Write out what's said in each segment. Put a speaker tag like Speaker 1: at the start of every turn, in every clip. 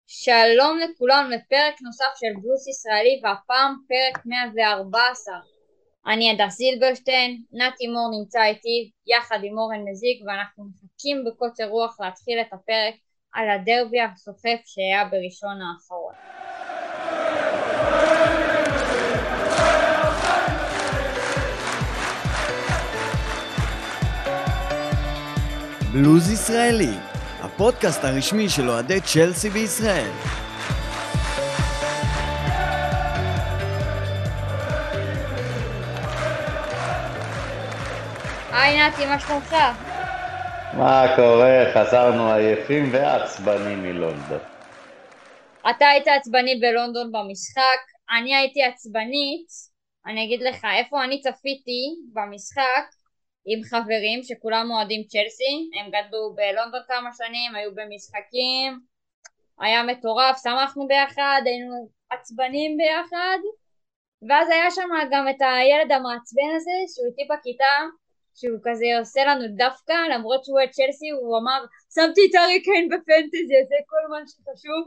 Speaker 1: שלום לכולם לפרק נוסף של בלוס ישראלי, והפעם פרק 114. אני הדס זילברשטיין, נתי מור נמצא איתי יחד עם אורן מזיק, ואנחנו מחכים בקוצר רוח להתחיל את הפרק על הדרבי הסוחף שהיה בראשון האחרון.
Speaker 2: בלוז ישראלי, הפודקאסט הרשמי של אוהדי צ'לסי בישראל.
Speaker 1: היי נתי, מה שלומך?
Speaker 3: מה קורה? חזרנו עייפים ועצבנים מלונדון.
Speaker 1: אתה היית עצבני בלונדון במשחק, אני הייתי עצבנית. אני אגיד לך איפה אני צפיתי במשחק, עם חברים שכולם אוהדים צ'לסי, הם גדלו בלונדון כמה שנים, היו במשחקים, היה מטורף, שמחנו ביחד, היינו עצבנים ביחד, ואז היה שם גם את הילד המעצבן הזה שהוא איתי בכיתה, שהוא כזה עושה לנו דווקא, למרות שהוא את צ'לסי, הוא אמר שמתי את הארי קיין בפנטזי, זה כל מה שחשוב.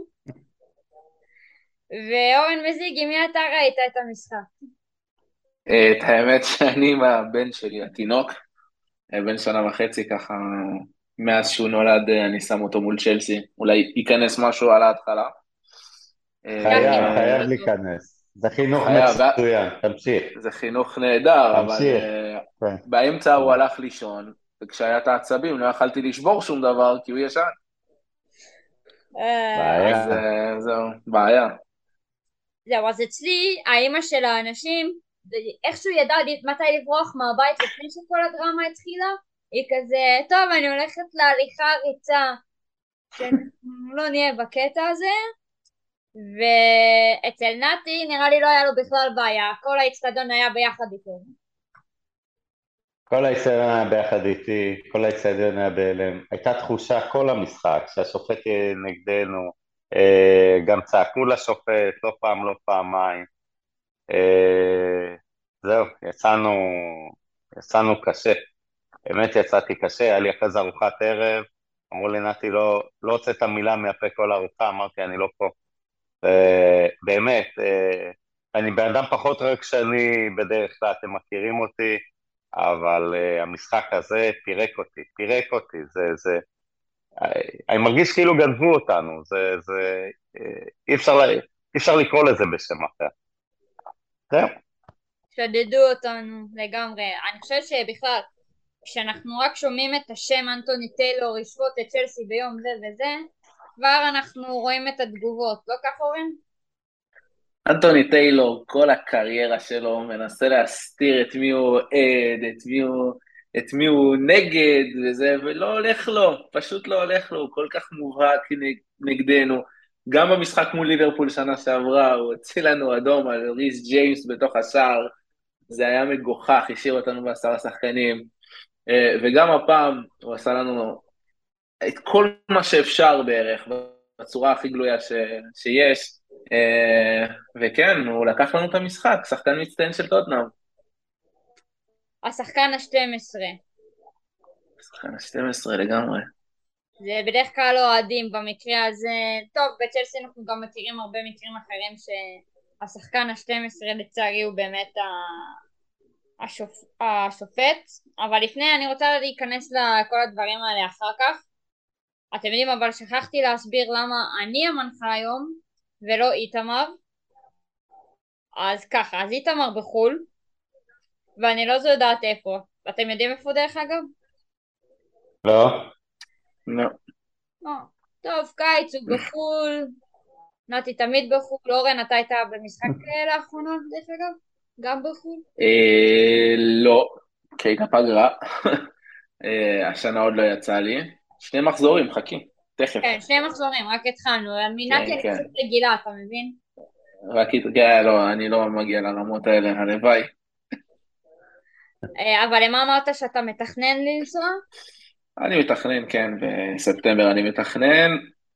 Speaker 1: ואורן מזיג, עם מי אתה ראית את המשחק?
Speaker 4: את האמת שאני עם הבן שלי, התינוק, בן שנה וחצי ככה, מאז שהוא נולד אני שם אותו מול צ'לסי, אולי ייכנס משהו על ההתחלה.
Speaker 3: חייב להיכנס, זה חינוך מצוין, תמשיך.
Speaker 4: זה חינוך נהדר, אבל
Speaker 3: כן.
Speaker 4: באמצע הוא הלך לישון, וכשהיה את העצבים לא יכלתי לשבור שום דבר, כי הוא ישן.
Speaker 3: בעיה.
Speaker 4: זהו, בעיה.
Speaker 1: זהו, אז אצלי, האמא של האנשים, איכשהו ידע מתי לברוח מהבית לפני שכל הדרמה התחילה, היא כזה, טוב, אני הולכת להליכה ריצה, שלא נהיה בקטע הזה, ואצל נתי נראה לי לא היה לו בכלל בעיה, כל האצטדיון היה ביחד איתו.
Speaker 3: כל האצטדיון היה ביחד איתי, כל האצטדיון היה בהלם, הייתה תחושה כל המשחק שהשופט נגדנו, גם צעקו לשופט, לא פעם, לא פעמיים. זהו, יצאנו קשה, באמת יצאתי קשה, היה לי אחרי זה ארוחת ערב, אמרו לי נתי לא הוצאת מילה מהפה כל ארוחה, אמרתי אני לא פה. באמת, אני בן אדם פחות רגשני בדרך כלל, אתם מכירים אותי, אבל המשחק הזה פירק אותי, אני מרגיש כאילו גנבו אותנו, אי אפשר לקרוא לזה בשם אחר. זהו.
Speaker 1: שדדו אותנו לגמרי. אני חושבת שבכלל, כשאנחנו רק שומעים את השם אנטוני טיילור ישבות את צ'לסי ביום זה וזה, כבר אנחנו רואים את התגובות, לא כך אורן?
Speaker 4: אנטוני טיילור, כל הקריירה שלו, מנסה להסתיר את מי הוא אוהד, את מי הוא נגד, וזה, ולא הולך לו, פשוט לא הולך לו, הוא כל כך מובהק נגדנו. גם במשחק מול ליברפול שנה שעברה, הוא הוציא לנו אדום על ריס ג'יימס בתוך השער, זה היה מגוחך, השאיר אותנו ב10 שחקנים, וגם הפעם הוא עשה לנו את כל מה שאפשר בערך, בצורה הכי גלויה שיש, וכן, הוא לקח לנו את המשחק, שחקן מצטיין של טוטנהאם.
Speaker 1: השחקן ה-12.
Speaker 4: השחקן ה-12 לגמרי.
Speaker 1: זה בדרך כלל לא אוהדים במקרה הזה, טוב, בצ'לסי אנחנו גם מכירים הרבה מקרים אחרים שהשחקן ה-12 לצערי הוא באמת השופט, אבל לפני אני רוצה להיכנס לכל הדברים האלה אחר כך. אתם יודעים, אבל שכחתי להסביר למה אני המנחה היום ולא איתמר. אז ככה, אז איתמר בחול, ואני לא יודעת איפה. אתם יודעים איפה דרך אגב?
Speaker 3: לא.
Speaker 1: טוב, קיץ הוא בחול, נתי תמיד בחול, אורן אתה הייתה במשחק לאחרונה דרך אגב? גם בחול?
Speaker 4: לא, כי הייתה פגרה, השנה עוד לא יצא לי, 2 מחזורים, חכי, תכף.
Speaker 1: כן, 2 מחזורים, רק התחלנו, נתי אני קצת רגילה, אתה מבין?
Speaker 4: לא, אני לא מגיע לרמות האלה, הלוואי.
Speaker 1: אבל למה אמרת שאתה מתכנן לנסוע?
Speaker 4: אני מתכנן, כן, בספטמבר אני מתכנן,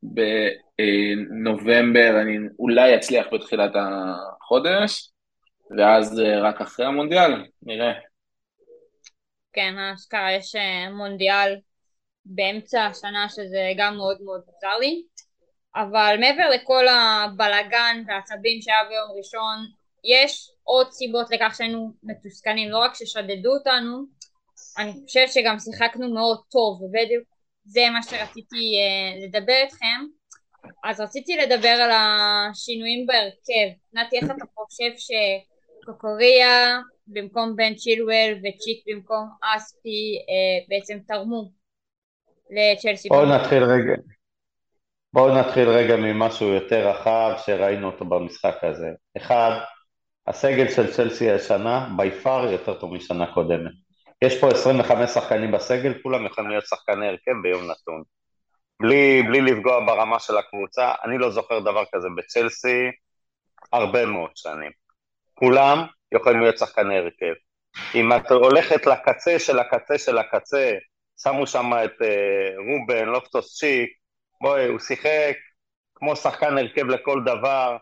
Speaker 4: בנובמבר אני אולי אצליח בתחילת החודש, ואז רק אחרי המונדיאל, נראה.
Speaker 1: כן, אשכרה יש מונדיאל באמצע השנה שזה גם מאוד מאוד מוזר לי, אבל מעבר לכל הבלגן והעצבים שהיה ביום ראשון, יש עוד סיבות לכך שהיינו מתוסכלים, לא רק ששדדו אותנו, אני חושבת שגם שיחקנו מאוד טוב, ובדיוק זה מה שרציתי לדבר איתכם. אז רציתי לדבר על השינויים בהרכב. נתי, איך אתה חושב שקוקוריה במקום בן צ'ילואל וצ'יק במקום אספי בעצם תרמו לצ'לסי?
Speaker 3: בואו נתחיל רגע ממשהו יותר רחב שראינו אותו במשחק הזה. אחד, הסגל של צ'לסי השנה ביפר יותר טוב משנה קודמת. יש פה 25 שחקנים בסגל, כולם יכולים להיות שחקני הרכב ביום נתון. בלי לפגוע ברמה של הקבוצה, אני לא זוכר דבר כזה בצ'לסי הרבה מאוד שנים. כולם יכולים להיות שחקני הרכב. אם את הולכת לקצה של הקצה של הקצה, שמו שם את רובן, לופטוס צ'יק, בואי, הוא שיחק כמו שחקן הרכב לכל דבר,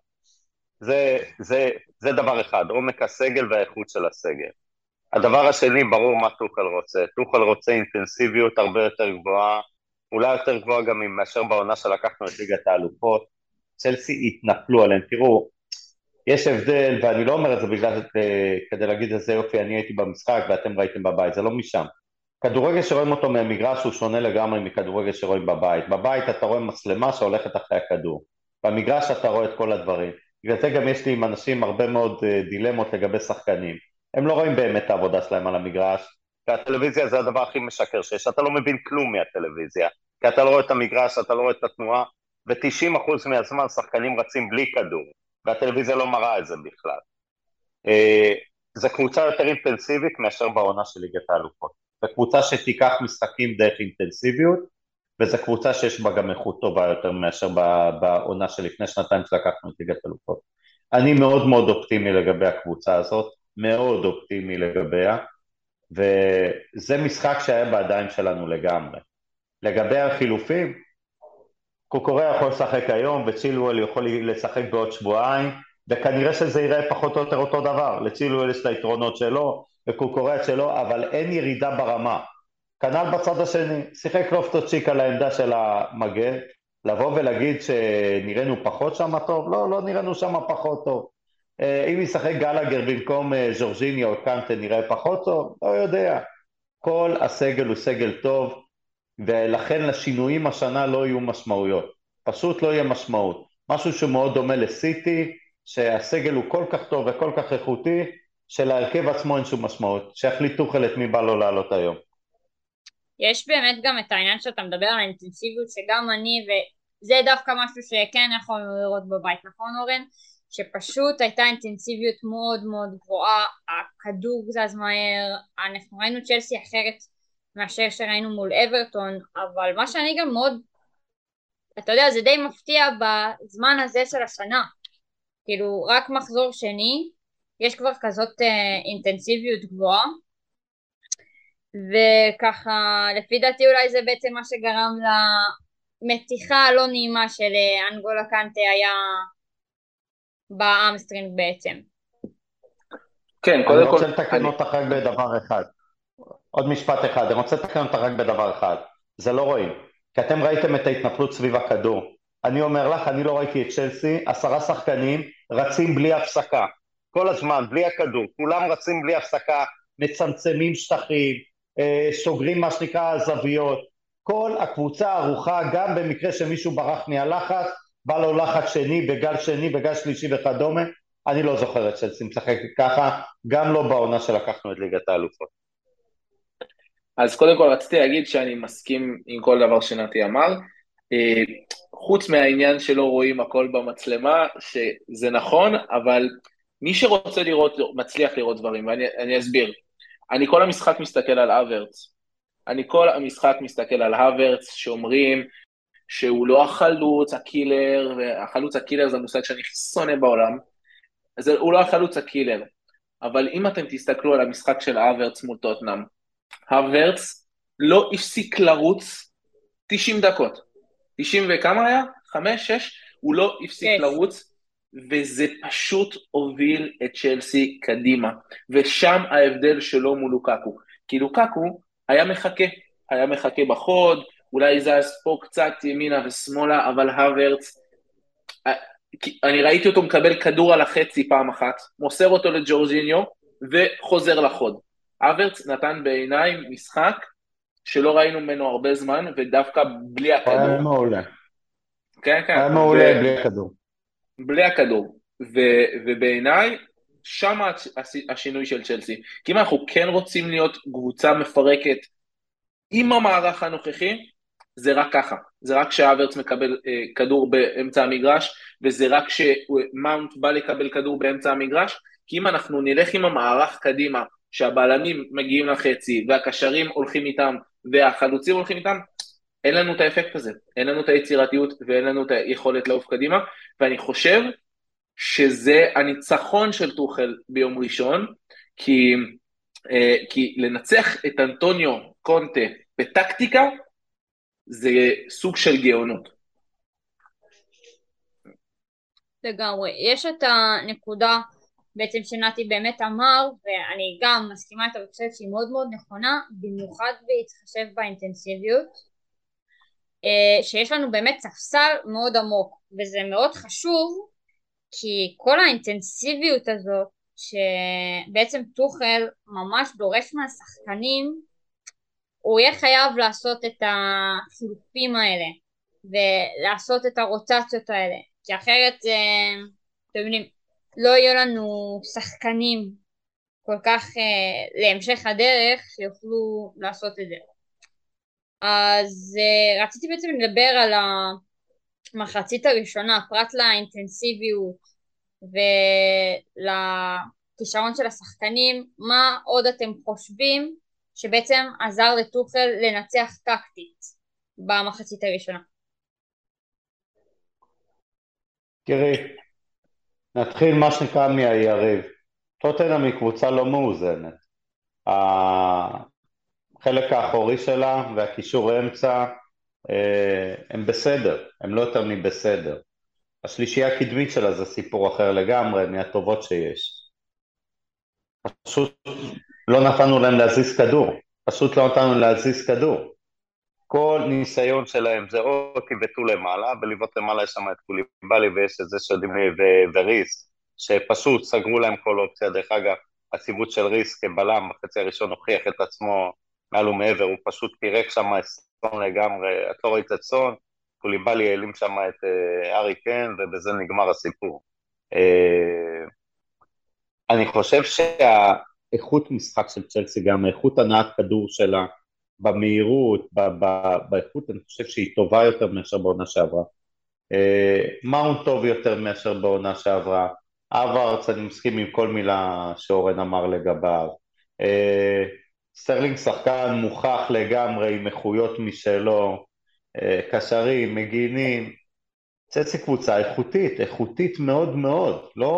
Speaker 3: זה דבר אחד, עומק הסגל והאיכות של הסגל. הדבר השני, ברור מה טוחל רוצה. טוחל רוצה אינטנסיביות הרבה יותר גבוהה, אולי יותר גבוהה גם מאשר בעונה שלקחנו את ליגת האלופות. צ'לסי התנפלו עליהם, תראו, יש הבדל, ואני לא אומר את זה בגלל כדי להגיד איזה יופי, אני הייתי במשחק ואתם ראיתם בבית, זה לא משם. כדורגל שרואים אותו מהמגרש הוא שונה לגמרי מכדורגל שרואים בבית. בבית אתה רואה מצלמה שהולכת אחרי הכדור. במגרש אתה רואה את כל הדברים. בגלל זה גם יש לי עם אנשים הרבה מאוד דילמות לגבי שחקנים. הם לא רואים באמת את העבודה שלהם על המגרש, והטלוויזיה זה הדבר הכי משקר שיש. אתה לא מבין כלום מהטלוויזיה, כי אתה לא רואה את המגרש, אתה לא רואה את התנועה, ו90% מהזמן שחקנים רצים בלי כדור, והטלוויזיה לא מראה את זה בכלל. זה קבוצה יותר אינטנסיבית מאשר בעונה של ליגת האלופות. זו קבוצה שתיקח משחקים דרך אינטנסיביות, וזו קבוצה שיש בה גם איכות טובה יותר מאשר בעונה שלפני שנתיים שלקחנו את ליגת האלופות. אני מאוד מאוד אופטימי לגבי הקבוצה הזאת, מאוד אופטימי לגביה, וזה משחק שהיה בידיים שלנו לגמרי. לגבי החילופים, קוקוריה יכול לשחק היום, וצ'ילואל יכול לשחק בעוד שבועיים, וכנראה שזה ייראה פחות או יותר אותו דבר. לצ'ילואל יש את היתרונות שלו, וקוקוריה שלו, אבל אין ירידה ברמה. כנ"ל בצד השני, שיחק לופטוס צ'יק על העמדה של המגן, לבוא ולהגיד שנראינו פחות שם טוב, לא נראינו שם פחות טוב. אם ישחק גלגר במקום ז'ורג'יני או קנטה נראה פחות טוב, לא יודע. כל הסגל הוא סגל טוב, ולכן לשינויים השנה לא יהיו משמעויות. פשוט לא יהיה משמעות. משהו שמאוד דומה לסיטי, שהסגל הוא כל כך טוב וכל כך איכותי, שלהרכב עצמו אין שום משמעות. שיחליט טוחל את מי בא לו לעלות היום.
Speaker 1: יש באמת גם את העניין שאתה מדבר על האינטנסיביות, שגם אני, וזה דווקא משהו שכן יכולנו לראות בבית, נכון אורן? שפשוט הייתה אינטנסיביות מאוד מאוד גבוהה, הכדור זז מהר, אנחנו ראינו צ'לסי אחרת מאשר שראינו מול אברטון, אבל מה שאני גם מאוד, אתה יודע, זה די מפתיע בזמן הזה של השנה, כאילו רק מחזור שני, יש כבר כזאת אינטנסיביות גבוהה, וככה לפי דעתי אולי זה בעצם מה שגרם למתיחה הלא נעימה של אנגולה קנטה היה באמסטרינג בעצם.
Speaker 4: כן,
Speaker 3: קודם כל... אני רוצה לתקן אותך רק בדבר אחד. עוד משפט אחד, אני רוצה לתקן אותך רק בדבר אחד. זה לא רואים. כי אתם ראיתם את ההתנפלות סביב הכדור. אני אומר לך, אני לא ראיתי את צ'לסי, 10 שחקנים רצים בלי הפסקה. כל הזמן, בלי הכדור. כולם רצים בלי הפסקה, מצמצמים שטחים, סוגרים מה שנקרא זוויות. כל הקבוצה ערוכה, גם במקרה שמישהו ברח מהלחץ, בא לו לחץ שני, בגל שני, בגל שלישי וכדומה. אני לא זוכר את צ'לסי משחק ככה, גם לא בעונה שלקחנו את ליגת האלופות.
Speaker 4: אז קודם כל רציתי להגיד שאני מסכים עם כל דבר שנתי אמר, חוץ מהעניין שלא רואים הכל במצלמה, שזה נכון, אבל מי שרוצה לראות, מצליח לראות דברים, ואני אסביר. אני כל המשחק מסתכל על הוורץ, שאומרים שהוא לא החלוץ, הקילר, והחלוץ הקילר זה המושג שאני שונא בעולם, אז הוא לא החלוץ הקילר, אבל אם אתם תסתכלו על המשחק של הוורץ מול טוטנהאם, הוורץ לא הפסיק לרוץ 90 דקות, 90 וכמה היה? 5, 6? הוא לא הפסיק לרוץ, וזה פשוט הוביל את צ'לסי קדימה, ושם ההבדל שלו מול לוקאקו, כי לוקאקו היה מחכה בחוד, אולי זה פה קצת ימינה ושמאלה, אבל הוורץ אני ראיתי אותו מקבל כדור על החצי פעם אחת, מוסר אותו לג'ורג'יניו, וחוזר לחוד. אברץ נתן בעיניי משחק, שלא ראינו ממנו הרבה זמן, ודווקא בלי
Speaker 3: הוא היה
Speaker 4: הכדור.
Speaker 3: מעולה.
Speaker 4: כן, כן.
Speaker 3: היה מעולה בלי הכדור.
Speaker 4: בלי הכדור. ובעיניי, שם השינוי של צ'לסי. כי אם אנחנו כן רוצים להיות קבוצה מפרקת עם המערך הנוכחי, זה רק ככה. זה רק שהאברץ מקבל כדור באמצע המגרש, וזה רק שמאונט בא לקבל כדור באמצע המגרש, כי אם אנחנו נלך עם המערך קדימה, שהבלמים מגיעים לחצי, והקשרים הולכים איתם, והחלוצים הולכים איתם, אין לנו את האפקט הזה, אין לנו את היצירתיות, ואין לנו את היכולת לעוף קדימה, ואני חושב שזה הניצחון של טוחל ביום ראשון, כי לנצח את אנטוניו קונטה בטקטיקה, זה סוג של גאונות.
Speaker 1: לגמרי. יש את הנקודה בעצם שנתי באמת אמר, ואני גם מסכימה איתה וחושבת שהיא מאוד מאוד נכונה, במיוחד בהתחשב באינטנסיביות, שיש לנו באמת ספסל מאוד עמוק, וזה מאוד חשוב, כי כל האינטנסיביות הזאת, שבעצם טוחל ממש דורש מהשחקנים, הוא יהיה חייב לעשות את החילופים האלה, ולעשות את הרוטציות האלה, כי אחרת, אתם יודעים, לא יהיו לנו שחקנים כל כך להמשך הדרך שיוכלו לעשות את זה. אז רציתי בעצם לדבר על המחצית הראשונה, פרט לאינטנסיביות ולכישרון של השחקנים, מה עוד אתם חושבים שבעצם עזר לטוחל לנצח טקטית במחצית הראשונה?
Speaker 3: תראי, נתחיל מה שנקרא מהיריב. טוטנהאם היא קבוצה לא מאוזנת. החלק האחורי שלה והקישור אמצע הם בסדר, הם לא יותר מבסדר. השלישייה הקדמית שלה זה סיפור אחר לגמרי מהטובות שיש. פשוט לא נתנו להם להזיז כדור, כל ניסיון שלהם זה או תיבטו למעלה, ולבעוט למעלה יש שם את קוליבאלי ויש את זה שיודעים וריס, שפשוט סגרו להם כל אופציה. דרך אגב, הציוות של ריס כבלם בחצי הראשון הוכיח את עצמו מעל ומעבר, הוא פשוט פירק שם את סון לגמרי, את לא ראית את סון, קוליבאלי העלים שם את ארי קן, ובזה נגמר הסיפור. אני חושב שהאיכות משחק של צ'לסי, גם האיכות הנעת כדור שלה, במהירות, באיכות, אני חושב שהיא טובה יותר מאשר בעונה שעברה. מאונט טוב יותר מאשר בעונה שעברה. אברץ, אני מסכים עם כל מילה שאורן אמר לגביו. סטרלינג שחקן מוכח לגמרי עם איכויות משלו, קשרים, מגינים. צלסי קבוצה איכותית מאוד מאוד, לא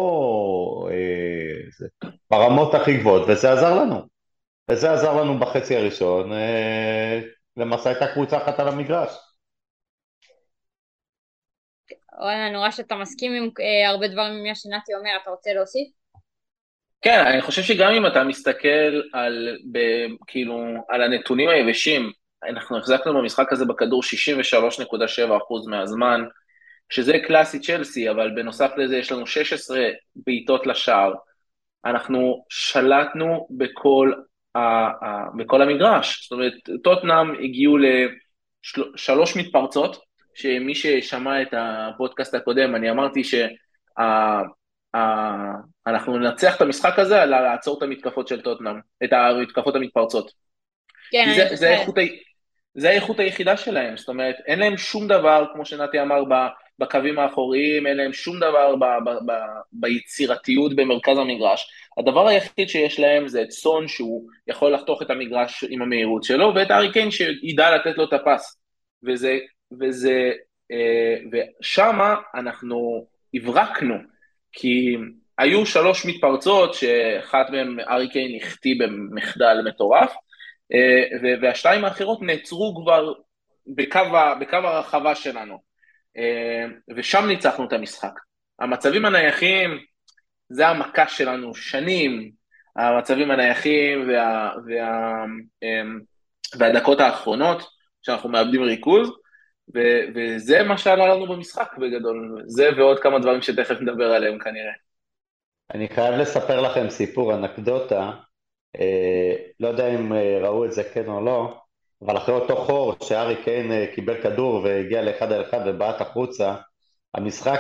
Speaker 3: ברמות הכי גבוהות, וזה עזר לנו בחצי הראשון, למעשה הייתה קבוצה אחת על המגרש.
Speaker 1: אני רואה שאתה מסכים עם הרבה דברים ממה שנתי אומר, אתה רוצה להוסיף?
Speaker 4: כן, אני חושב שגם אם אתה מסתכל כאילו, על הנתונים היבשים, אנחנו החזקנו במשחק הזה בכדור 63.7% מהזמן, שזה קלאסי צ'לסי, אבל בנוסף לזה יש לנו 16 בעיטות לשער, אנחנו שלטנו בכל המגרש, זאת אומרת, טוטנהאם הגיעו לשלוש מתפרצות, שמי ששמע את הפודקאסט הקודם, אני אמרתי אנחנו ננצח את המשחק הזה, על לעצור את המתקפות של טוטנהאם, את המתקפות המתפרצות.
Speaker 1: כן,
Speaker 4: זה האיכות היחידה שלהם, זאת אומרת, אין להם שום דבר, כמו שנתי אמר, בקווים האחוריים, אין להם שום דבר ביצירתיות במרכז המגרש. הדבר היחיד שיש להם זה את סון, שהוא יכול לחתוך את המגרש עם המהירות שלו, ואת ארי קיין שידע לתת לו את הפס. ושמה אנחנו הברקנו, כי היו 3 מתפרצות, שאחת מהן ארי קיין החטיא במחדל מטורף, והשתיים האחרות נעצרו כבר בקו הרחבה שלנו, ושם ניצחנו את המשחק. המצבים הנייחים, זה המכה שלנו שנים, המצבים הנייחים והדקות האחרונות, שאנחנו מאבדים ריכוז, וזה מה שעלה לנו במשחק בגדול, זה ועוד כמה דברים שתכף נדבר עליהם כנראה.
Speaker 3: אני חייב לספר לכם סיפור, אנקדוטה, לא יודע אם ראו את זה כן או לא, אבל אחרי אותו חור שארי קיין קיבל כדור והגיע לאחד על אחד ובעט החוצה, המשחק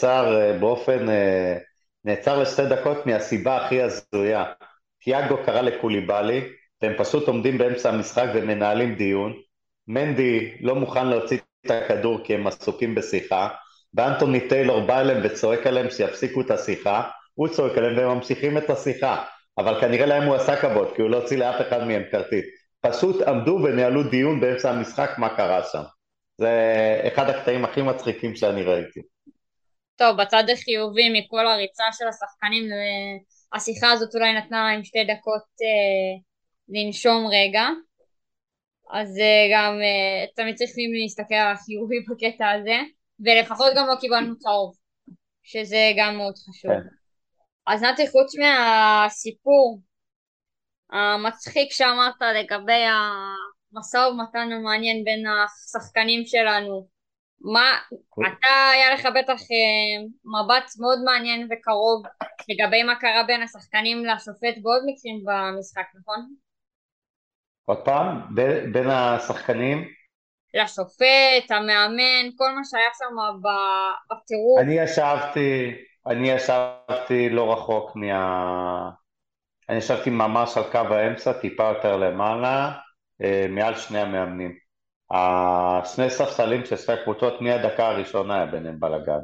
Speaker 3: נעצר לשתי דקות מהסיבה הכי הזויה. תיאגו קרא לקוליבאלי, והם פשוט עומדים באמצע המשחק ומנהלים דיון, מנדי לא מוכן להוציא את הכדור כי הם עסוקים בשיחה, ואנטוני טיילור בא אליהם וצועק עליהם שיפסיקו את השיחה, הוא צועק עליהם והם ממשיכים את השיחה, אבל כנראה להם הוא עשה כבוד, כי הוא לא הוציא לאף אחד מהם כרטיס. פשוט עמדו וניהלו דיון באמצע המשחק מה קרה שם. זה אחד הקטעים הכי מצחיקים שאני ראיתי.
Speaker 1: טוב, בצד החיובי מכל הריצה של השחקנים, השיחה הזאת אולי נתנה להם 2 דקות לנשום רגע, אז גם תמיד צריכים להסתכל על החיובי בקטע הזה, ולפחות גם לא קיבלנו צהוב, שזה גם מאוד חשוב.
Speaker 3: כן.
Speaker 1: אז נתי, חוץ מהסיפור המצחיק שאמרת לגבי המשא ומתן המעניין בין השחקנים שלנו, אתה היה לך בטח מבט מאוד מעניין וקרוב לגבי מה קרה בין השחקנים לשופט בעוד מקרים במשחק, נכון?
Speaker 3: עוד פעם, בין השחקנים?
Speaker 1: לשופט, המאמן, כל מה שהיה שם בטירוף.
Speaker 3: אני ישבתי לא רחוק אני ישבתי ממש על קו האמצע, טיפה יותר למעלה, מעל שני המאמנים. השני ספסלים של שתי הקבוצות מהדקה הראשונה היה ביניהם בלגן.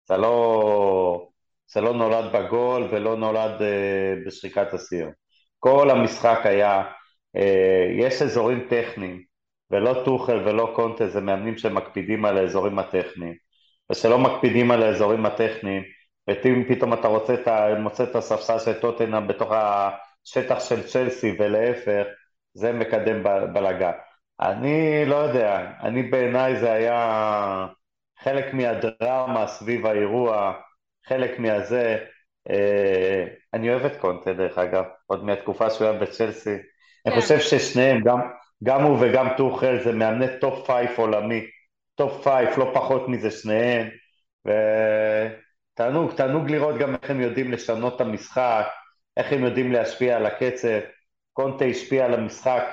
Speaker 3: זה לא נולד בגול ולא נולד בשריקת הסיר. כל המשחק היה, יש אזורים טכניים, ולא טוחל ולא קונטה, זה מאמנים שמקפידים על האזורים הטכניים, ושלא מקפידים על האזורים הטכניים, ופתאום אתה מוצא את הספסל של טוטנהאם בתוך השטח של צ'לסי ולהפך, זה מקדם בלגן. אני לא יודע, בעיניי זה היה חלק מהדרמה סביב האירוע, חלק מהזה, אני אוהב את קונטה דרך אגב, עוד מהתקופה שהוא היה בצ'לסי, אני חושב ששניהם, גם הוא וגם טוחל, זה מאמני טופ 5 עולמי, טופ 5, לא פחות מזה שניהם, ותענוג לראות גם איך הם יודעים לשנות את המשחק, איך הם יודעים להשפיע על הקצב. קונטה השפיע על המשחק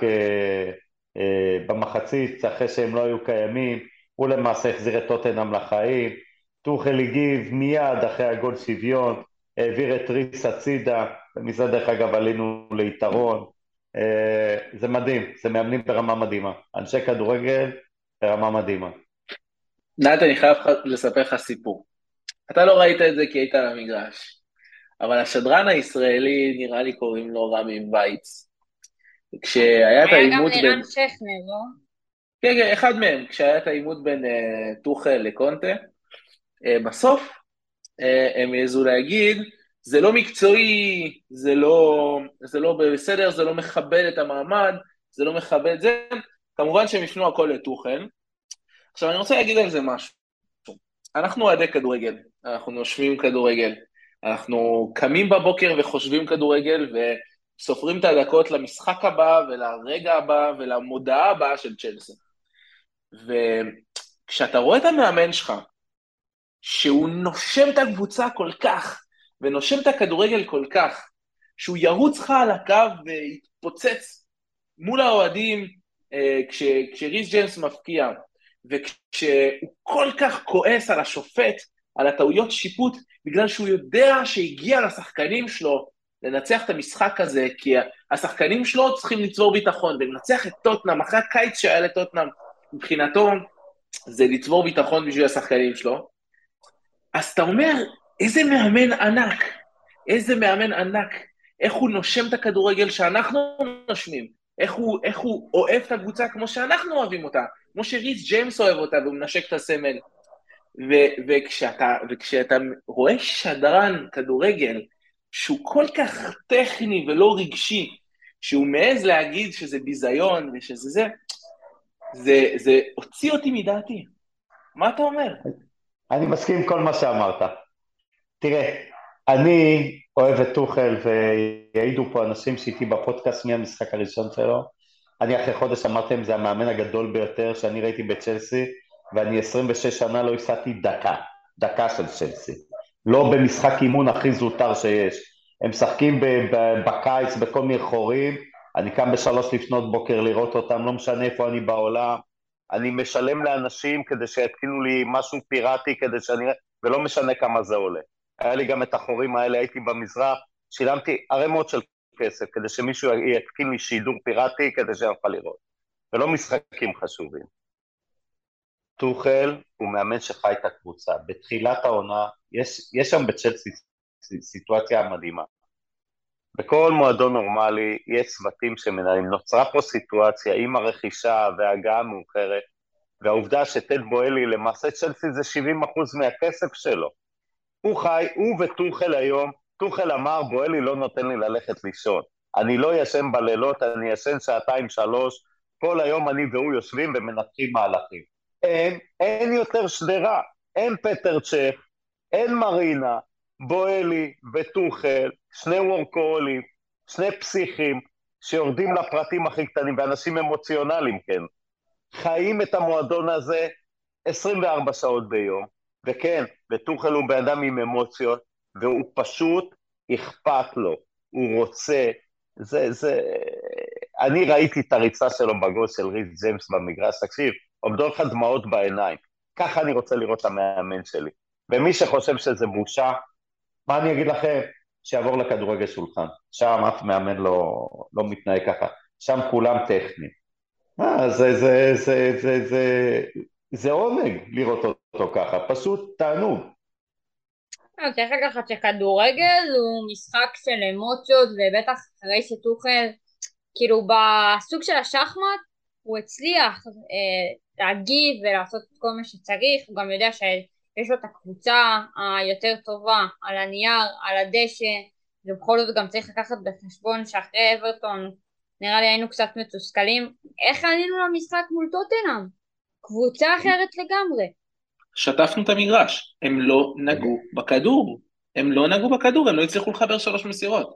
Speaker 3: במחצית, אחרי שהם לא היו קיימים, הוא למעשה החזיר את טוטנהאם לחיים, טוחל הגיב מיד אחרי הגול שוויון, העביר את ריס הצידה, ומזה דרך אגב עלינו ליתרון, זה מדהים, זה מאמנים ברמה מדהימה, אנשי כדורגל ברמה מדהימה.
Speaker 4: נתן, אני חייב לספר לך סיפור. אתה לא ראית את זה כי היית על המגרש, אבל השדרן הישראלי נראה לי קוראים לו רמי וייץ. כשהיה את העימות בין...
Speaker 1: היה גם לירן שכנר, לא?
Speaker 4: כן, אחד מהם, כשהיה את העימות בין טוחל לקונטה, בסוף הם יעזו להגיד, זה לא מקצועי, זה לא בסדר, זה לא מכבד את המעמד, זה לא מכבד זה, כמובן שהם יפנו הכל לטוחל. עכשיו אני רוצה להגיד על זה משהו, אנחנו אוהדי כדורגל, אנחנו נושמים כדורגל, אנחנו קמים בבוקר וחושבים כדורגל וסופרים את הדקות למשחק הבא ולרגע הבא ולמודעה הבאה של צ'לסי. וכשאתה רואה את המאמן שלך, שהוא נושם את הקבוצה כל כך, ונושם את הכדורגל כל כך, שהוא ירוץ לך על הקו ויתפוצץ מול האוהדים כשריס ג'יימס מפקיע, וכשהוא כל כך כועס על השופט, על הטעויות שיפוט, בגלל שהוא יודע שהגיע לשחקנים שלו לנצח את המשחק הזה, כי השחקנים שלו צריכים לצבור ביטחון, ולנצח את טוטנהאם, אחרי הקיץ שהיה לטוטנהאם, מבחינתו זה לצבור ביטחון בשביל השחקנים שלו. אז אתה אומר, איזה מאמן ענק, איך הוא נושם את הכדורגל שאנחנו נושמים, איך הוא אוהב את הקבוצה כמו שאנחנו אוהבים אותה, כמו שריס ג'יימס אוהב אותה והוא מנשק את הסמל. וכשאתה רואה שדרן כדורגל שהוא כל כך טכני ולא רגשי, שהוא מעז להגיד שזה ביזיון ושזה זה הוציא אותי מדעתי. מה אתה אומר?
Speaker 3: אני מסכים עם כל מה שאמרת. תראה, אני אוהב את טוחל, ויעידו פה אנשים שאיתי בפודקאסט מהמשחק הראשון שלו. אני אחרי חודש אמרתם, זה המאמן הגדול ביותר שאני ראיתי בצ'לסי, ואני 26 שנה לא הפסדתי דקה של צ'לסי. לא במשחק אימון הכי זוטר שיש. הם משחקים בקיץ בכל מיני חורים, אני קם ב3 לפנות בוקר לראות אותם, לא משנה איפה אני בעולם, אני משלם לאנשים כדי שיתקינו לי משהו פיראטי, ולא משנה כמה זה עולה. היה לי גם את החורים האלה, הייתי במזרח, שילמתי ערימות של כסף, כדי שמישהו יתקין לי שידור פיראטי, כדי שאני אוכל לראות. ולא משחקים חשובים. טוחל הוא מאמן שחי את הקבוצה. בתחילת העונה, יש שם בצ'לסי סיטואציה מדהימה. בכל מועדון נורמלי יש צוותים שמנהלים. נוצרה פה סיטואציה עם הרכישה וההגעה המאוחרת, והעובדה שטד בואלי למעשה צ'לסי זה 70% מהכסף שלו. הוא וטוחל היום, טוחל אמר בואלי לא נותן לי ללכת לישון. אני לא ישן בלילות, אני ישן 2-3, כל היום אני והוא יושבים ומנתחים מהלכים. אין יותר שדרה, אין פטר צ'ך, אין מרינה, בואלי וטוחל, שני וורקוהולים, שני פסיכים שיורדים לפרטים הכי קטנים, ואנשים אמוציונליים, כן. חיים את המועדון הזה 24 שעות ביום, וכן, וטוחל הוא באדם עם אמוציות, והוא פשוט אכפת לו, הוא רוצה, אני ראיתי את הריצה שלו בגול של ריס ג'יימס במגרש, תקשיב, עומדות לך דמעות בעיניים, ככה אני רוצה לראות את המאמן שלי, ומי שחושב שזה בושה, מה אני אגיד לכם? שיעבור לכדורגל שולחן, שם אף מאמן לא מתנהג ככה, שם כולם טכניים, זה עונג לראות אותו ככה, פשוט תענוג.
Speaker 1: אני צריך לקחת שכדורגל הוא משחק של אמוציות, ובטח אחרי שטוחל, כאילו בסוג של השחמט, הוא הצליח להגיב ולעשות את כל מה שצריך, הוא גם יודע שיש לו את הקבוצה היותר טובה על הנייר, על הדשא, ובכל זאת גם צריך לקחת בחשבון שאחרי אברטון, נראה לי היינו קצת מתוסכלים, איך עלינו למשחק מול טוטנהאם? קבוצה אחרת לגמרי.
Speaker 4: שטפנו את המגרש, הם לא נגעו בכדור, הם לא הצליחו לחבר 3 מסירות.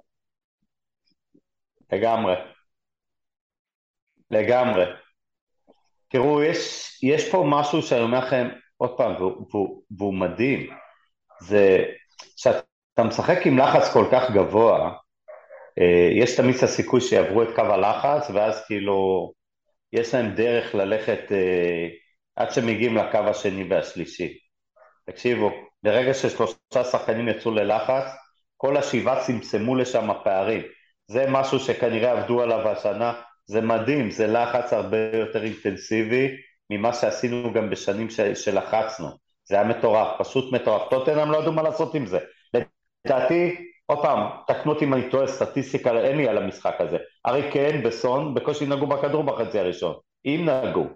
Speaker 3: לגמרי. תראו, יש פה משהו שאני אומר לכם, עוד פעם, והוא מדהים, זה שאתה משחק עם לחץ כל כך גבוה, יש תמיד הסיכוי שיעברו את קו הלחץ, ואז כאילו, יש להם דרך ללכת עד שמגיעים לקו השני והשלישי. תקשיבו, ברגע ש3 שחקנים יצאו ללחץ, כל 7 צמצמו לשם הפערים. זה משהו שכנראה עבדו עליו השנה, זה מדהים, זה לחץ הרבה יותר אינטנסיבי ממה שעשינו גם בשנים שלחצנו. זה היה מטורף, פשוט מטורף. טוטנהאם לא ידעו מה לעשות עם זה. לדעתי, עוד פעם, תקנו אותי אם אני טועה, סטטיסטיקה, אין לי על המשחק הזה. ארי קיין בסון, בקושי נגעו בכדור בחצי הראשון. אם נגעו.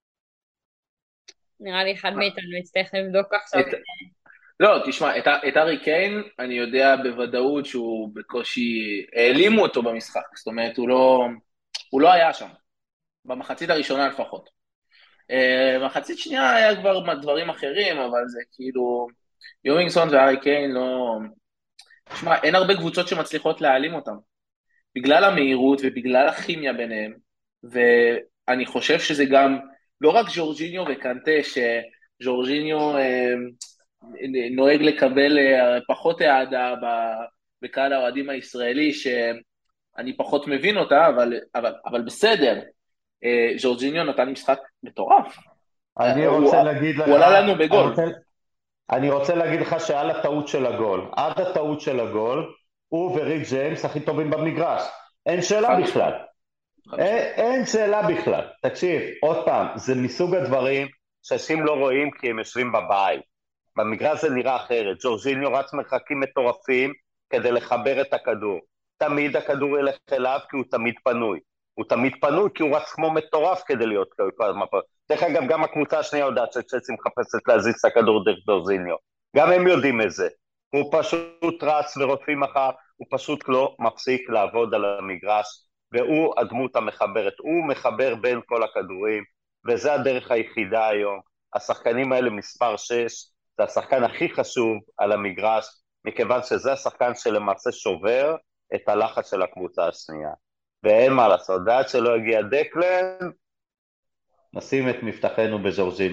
Speaker 1: נראה לי אחד מאיתנו יצטרך לבדוק עכשיו.
Speaker 4: לא, תשמע, את ארי קיין, אני יודע בוודאות שהוא בקושי, העלימו אותו במשחק, זאת אומרת, הוא לא היה שם, במחצית הראשונה לפחות. במחצית שנייה היה כבר דברים אחרים, אבל זה כאילו, יומינגסון וארי קיין לא... תשמע, אין הרבה קבוצות שמצליחות להעלים אותם, בגלל המהירות ובגלל הכימיה ביניהם, ואני חושב שזה גם, לא רק ז'ורג'יניו וקנטה, שז'ורג'יניו נוהג לקבל פחות העדה בקהל האוהדים הישראלי, שאני פחות מבין אותה, אבל בסדר, ז'ורג'יניו נתן משחק מטורף. הוא עלה לנו בגול.
Speaker 3: אני רוצה להגיד לך שעל הטעות של הגול, עד הטעות של הגול, הוא וריס ג'יימס הכי טובים במגרש. אין שאלה בכלל. אין שאלה בכלל. תקשיב, עוד פעם, זה מסוג הדברים שאנשים לא רואים כי הם יושבים בבית. במגרש זה נראה אחרת. ג'ורג'יניו רץ מרחקים מטורפים כדי לחבר את הכדור. תמיד הכדור ילך אליו כי הוא תמיד פנוי. הוא תמיד פנוי כי הוא רץ כמו מטורף כדי להיות כדור. דרך אגב, גם הקבוצה השנייה יודעת שצ'לסי מחפשת להזיז את הכדור דרך ג'ורג'יניו. גם הם יודעים את זה. הוא פשוט רץ ורודפים אחר, הוא פשוט לא מפסיק לעבוד על המגרש, והוא הדמות המחברת. הוא מחבר בין כל הכדורים, וזה הדרך היחידה היום. השחקנים האלה מספר 6, זה השחקן הכי חשוב על המגרש, מכיוון שזה השחקן שלמעשה שובר את הלחץ של הקבוצה השנייה. ואין מה לעשות, ועד שלא הגיע דקלן, נשים את מבטחנו בז'ורג'יניו.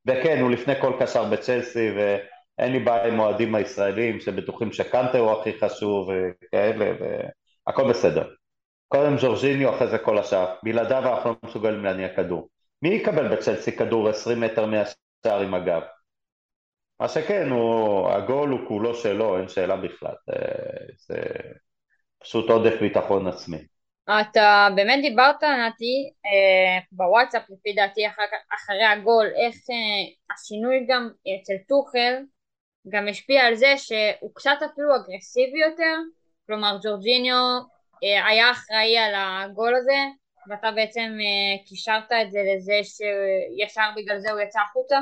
Speaker 3: וכן, הוא לפני כל קשר בצ'לסי, ואין לי בעיה עם אוהדים הישראלים שבטוחים שקנטה הוא הכי חשוב וכאלה, והכל בסדר. קודם ג'ורג'יניו, אחרי זה כל השאר. בלעדיו אנחנו לא מסוגלים להניע כדור. מי יקבל בצ'לסי כדור 20 מטר מהשאר עם הגב? מה שכן, הגול הוא כולו שלו, אין שאלה בכלל. זה פשוט עודף ביטחון עצמי.
Speaker 1: אתה באמת דיברת, נתי, בוואטסאפ לפי דעתי אחרי הגול, איך השינוי גם אצל טוחל גם השפיע על זה שהוא קצת אפילו אגרסיבי יותר, כלומר ג'ורג'יניו היה אחראי על הגול הזה, ואתה בעצם קישרת את זה לזה שישר בגלל זה הוא יצא החוצה?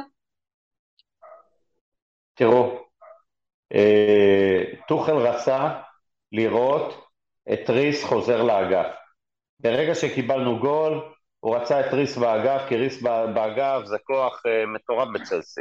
Speaker 3: תראו, טוחל רצה לראות את ריס חוזר לאגף. ברגע שקיבלנו גול, הוא רצה את ריס באגף, כי ריס באגף זה כוח מטורף בצ'לסי.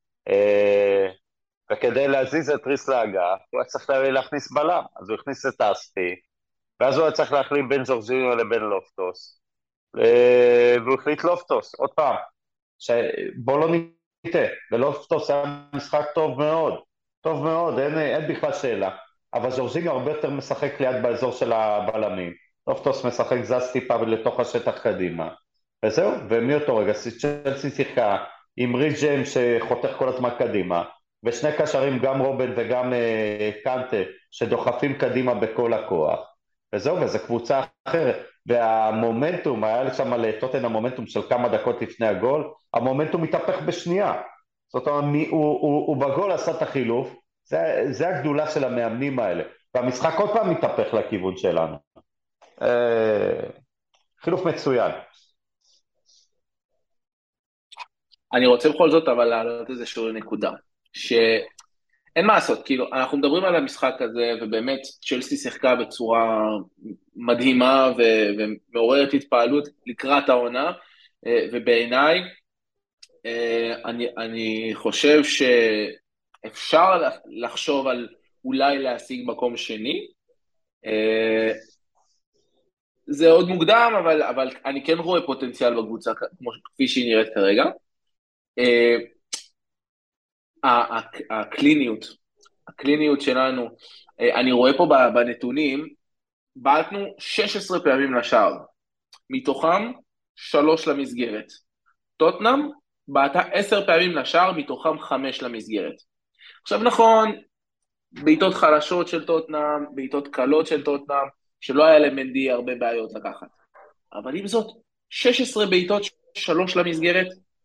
Speaker 3: וכדי להזיז את ריס לאגף, הוא היה צריך להכניס בלם, אז הוא הכניס את אספי, ואז הוא היה צריך להחליט בין ג'ורג'יניו לבין לופטוס, והוא החליט לופטוס, עוד פעם, בוא לא ניטה, ולופטוס היה משחק טוב מאוד, אין בכלל שאלה, אבל ג'ורג'יניו הרבה יותר משחק ליד באזור של הבלמים, לופטוס משחק זז טיפה לתוך השטח קדימה, וזהו, ומאותו רגע צ'לסי שיחקה עם ריס ג'יימס שחותך כל הזמן קדימה, ושני קשרים, גם רובן וגם קנטה, שדוחפים קדימה בכל הכוח, וזהו, וזו קבוצה אחרת, והמומנטום, היה לי שם לטוטן המומנטום של כמה דקות לפני הגול, המומנטום מתהפך בשנייה, זאת אומרת, הוא בגול עשה את החילוף, זה הגדולה של המאמנים האלה, והמשחק עוד פעם מתהפך לכיוון שלנו. חילוף מצוין.
Speaker 4: אני רוצה בכל זאת אבל להעלות איזושהי נקודה, שאין מה לעשות, כאילו, אנחנו מדברים על המשחק הזה, ובאמת צ'לסי שיחקה בצורה מדהימה ומעוררת התפעלות לקראת העונה, ובעיניי, אני חושב שאפשר לחשוב על אולי להשיג מקום שני, זה עוד מוקדם, אבל אני כן רואה פוטנציאל בקבוצה כפי שהיא נראית כרגע. הקליניות שלנו, אני רואה פה בנתונים, בעטנו 16 פעמים לשער, מתוכם 3 למסגרת. טוטנהאם בעטה 10 פעמים לשער, מתוכם 5 למסגרת. עכשיו נכון, בעיטות חלשות של טוטנהאם, בעיטות קלות של טוטנהאם, שלא היה למנדי הרבה בעיות לקחת. אבל עם זאת, 16 בעיטות, 3 למסגרת,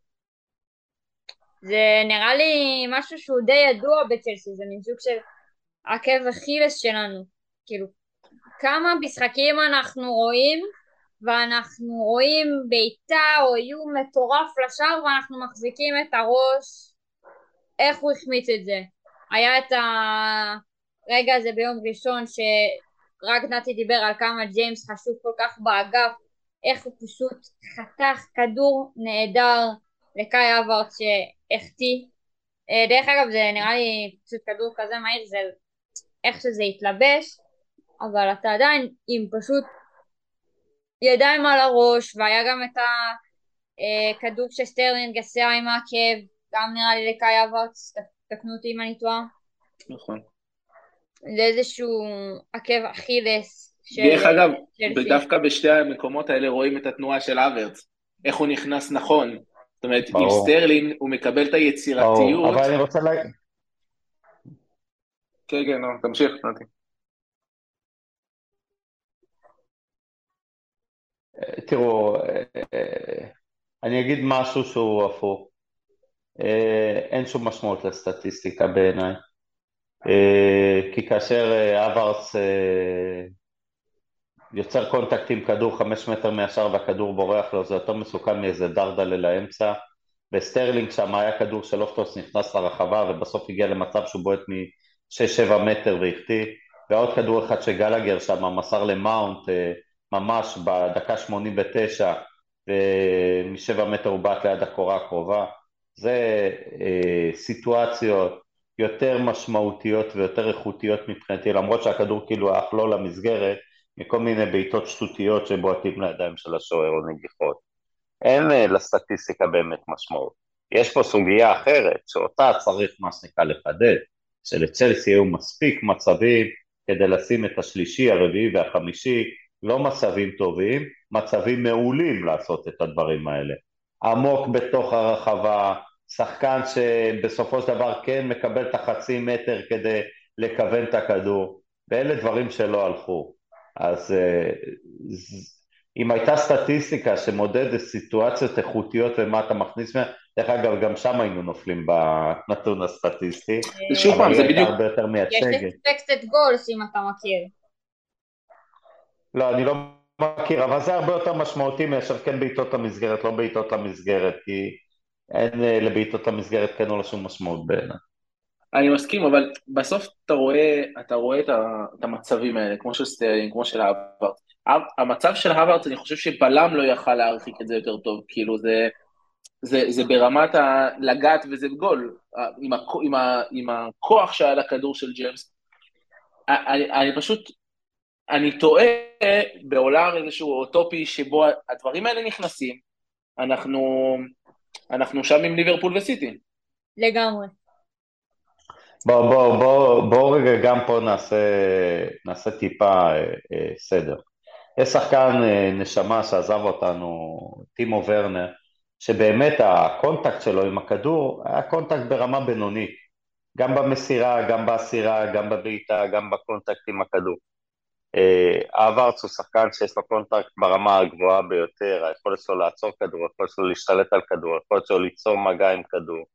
Speaker 1: זה נראה לי משהו שהוא די ידוע בצ'לסי, זה מין סוג של עקב אכילס שלנו, כאילו כמה משחקים אנחנו רואים, ואנחנו רואים בעיטה או איום מטורף לשער, ואנחנו מחזיקים את הראש, איך הוא החמיץ את זה. היה את הרגע הזה ביום ראשון, שרק נתי דיבר על כמה ג'יימס חשוב כל כך באגף, איך הוא פשוט חתך כדור נהדר, לקאי אברץ שהחטיא. דרך אגב זה נראה לי פשוט כדור כזה מהיר, זה איך שזה התלבש, אבל אתה עדיין עם פשוט ידיים על הראש, והיה גם את הכדור שסטרלינג עשה עם העקב, גם נראה לי לקאי אברץ, תקנו אותי אם אני טועה.
Speaker 4: נכון.
Speaker 1: זה איזשהו עקב אכילס.
Speaker 4: דרך אגב, ודווקא בשתי המקומות האלה רואים את התנועה של אברץ, איך הוא נכנס נכון. זאת אומרת, עם סטרלינג הוא מקבל את היצירתיות.
Speaker 3: אבל אני רוצה להגיד...
Speaker 4: כן, תמשיך, נתי.
Speaker 3: תראו, אני אגיד משהו שהוא הפוך. אין שום משמעות לסטטיסטיקה בעיניי. כי כאשר אברץ יוצר קונטקט עם כדור 5 מטר מהשאר והכדור בורח לו, זה יותר מסוכן מאיזה דרדלה לאמצע, וסטרלינג שם היה כדור של לופטוס נכנס לרחבה ובסוף הגיע למצב שהוא בועט מ-6-7 מטר והחטיא, ועוד כדור אחד שגלגר שם מסר למאונט ממש בדקה 89 ומ-7 מטר הוא בעט ליד הקורה הקרובה. זה סיטואציות יותר משמעותיות ויותר איכותיות מבחינתי, למרות שהכדור כאילו אך לא למסגרת, מכל מיני בעיטות שטותיות שבועטים לידיים של השוער או נגיחות. אין לסטטיסטיקה באמת משמעות. יש פה סוגיה אחרת, שאותה צריך מה שנקרא לחדד, שלצ'לסי יהיו מספיק מצבים כדי לשים את השלישי, הרביעי והחמישי, לא מצבים טובים, מצבים מעולים לעשות את הדברים האלה. עמוק בתוך הרחבה, שחקן שבסופו של דבר כן מקבל את החצי מטר כדי לכוון את הכדור, ואלה דברים שלא הלכו. אז אם הייתה סטטיסטיקה שמודדת סיטואציות איכותיות ומה אתה מכניס מה, דרך אגב גם שם היינו נופלים בנתון הסטטיסטי,
Speaker 4: שוב פעם, זה
Speaker 3: אבל היא
Speaker 4: בדיוק,
Speaker 3: הייתה הרבה יותר
Speaker 1: יש
Speaker 3: מייצגת.
Speaker 1: expected goals אם אתה מכיר.
Speaker 3: לא, אני לא מכיר, אבל זה הרבה יותר משמעותי מאשר כן בעיטות למסגרת, לא בעיטות למסגרת, כי אין לבעיטות למסגרת כן או לשום משמעות בעיניי.
Speaker 4: אני מסכים, אבל בסוף אתה רואה את המצבים האלה, כמו של סטרלינג, כמו של האווארט. המצב של האווארט, אני חושב שבלם לא יכל להרחיק את זה יותר טוב, כאילו זה ברמת לגעת וזה גול, עם הכוח שהיה לכדור של ג'יימס. אני פשוט, אני טועה בעולם איזשהו אוטופי שבו הדברים האלה נכנסים, אנחנו שם עם ליברפול וסיטי.
Speaker 1: לגמרי.
Speaker 3: בואו רגע גם פה נעשה טיפה סדר. יש שחקן נשמה שעזב אותנו, טימו ורנר, שבאמת הקונטקט שלו עם הכדור היה קונטקט ברמה בינונית, גם במסירה, גם בעשירה, גם בבעיטה, גם בקונטקט עם הכדור. האווארץ הוא שחקן שיש לו קונטקט ברמה הגבוהה ביותר, היכולת שלו לעצור כדור, היכולת שלו להשתלט על כדור, היכולת שלו ליצור מגע עם כדור.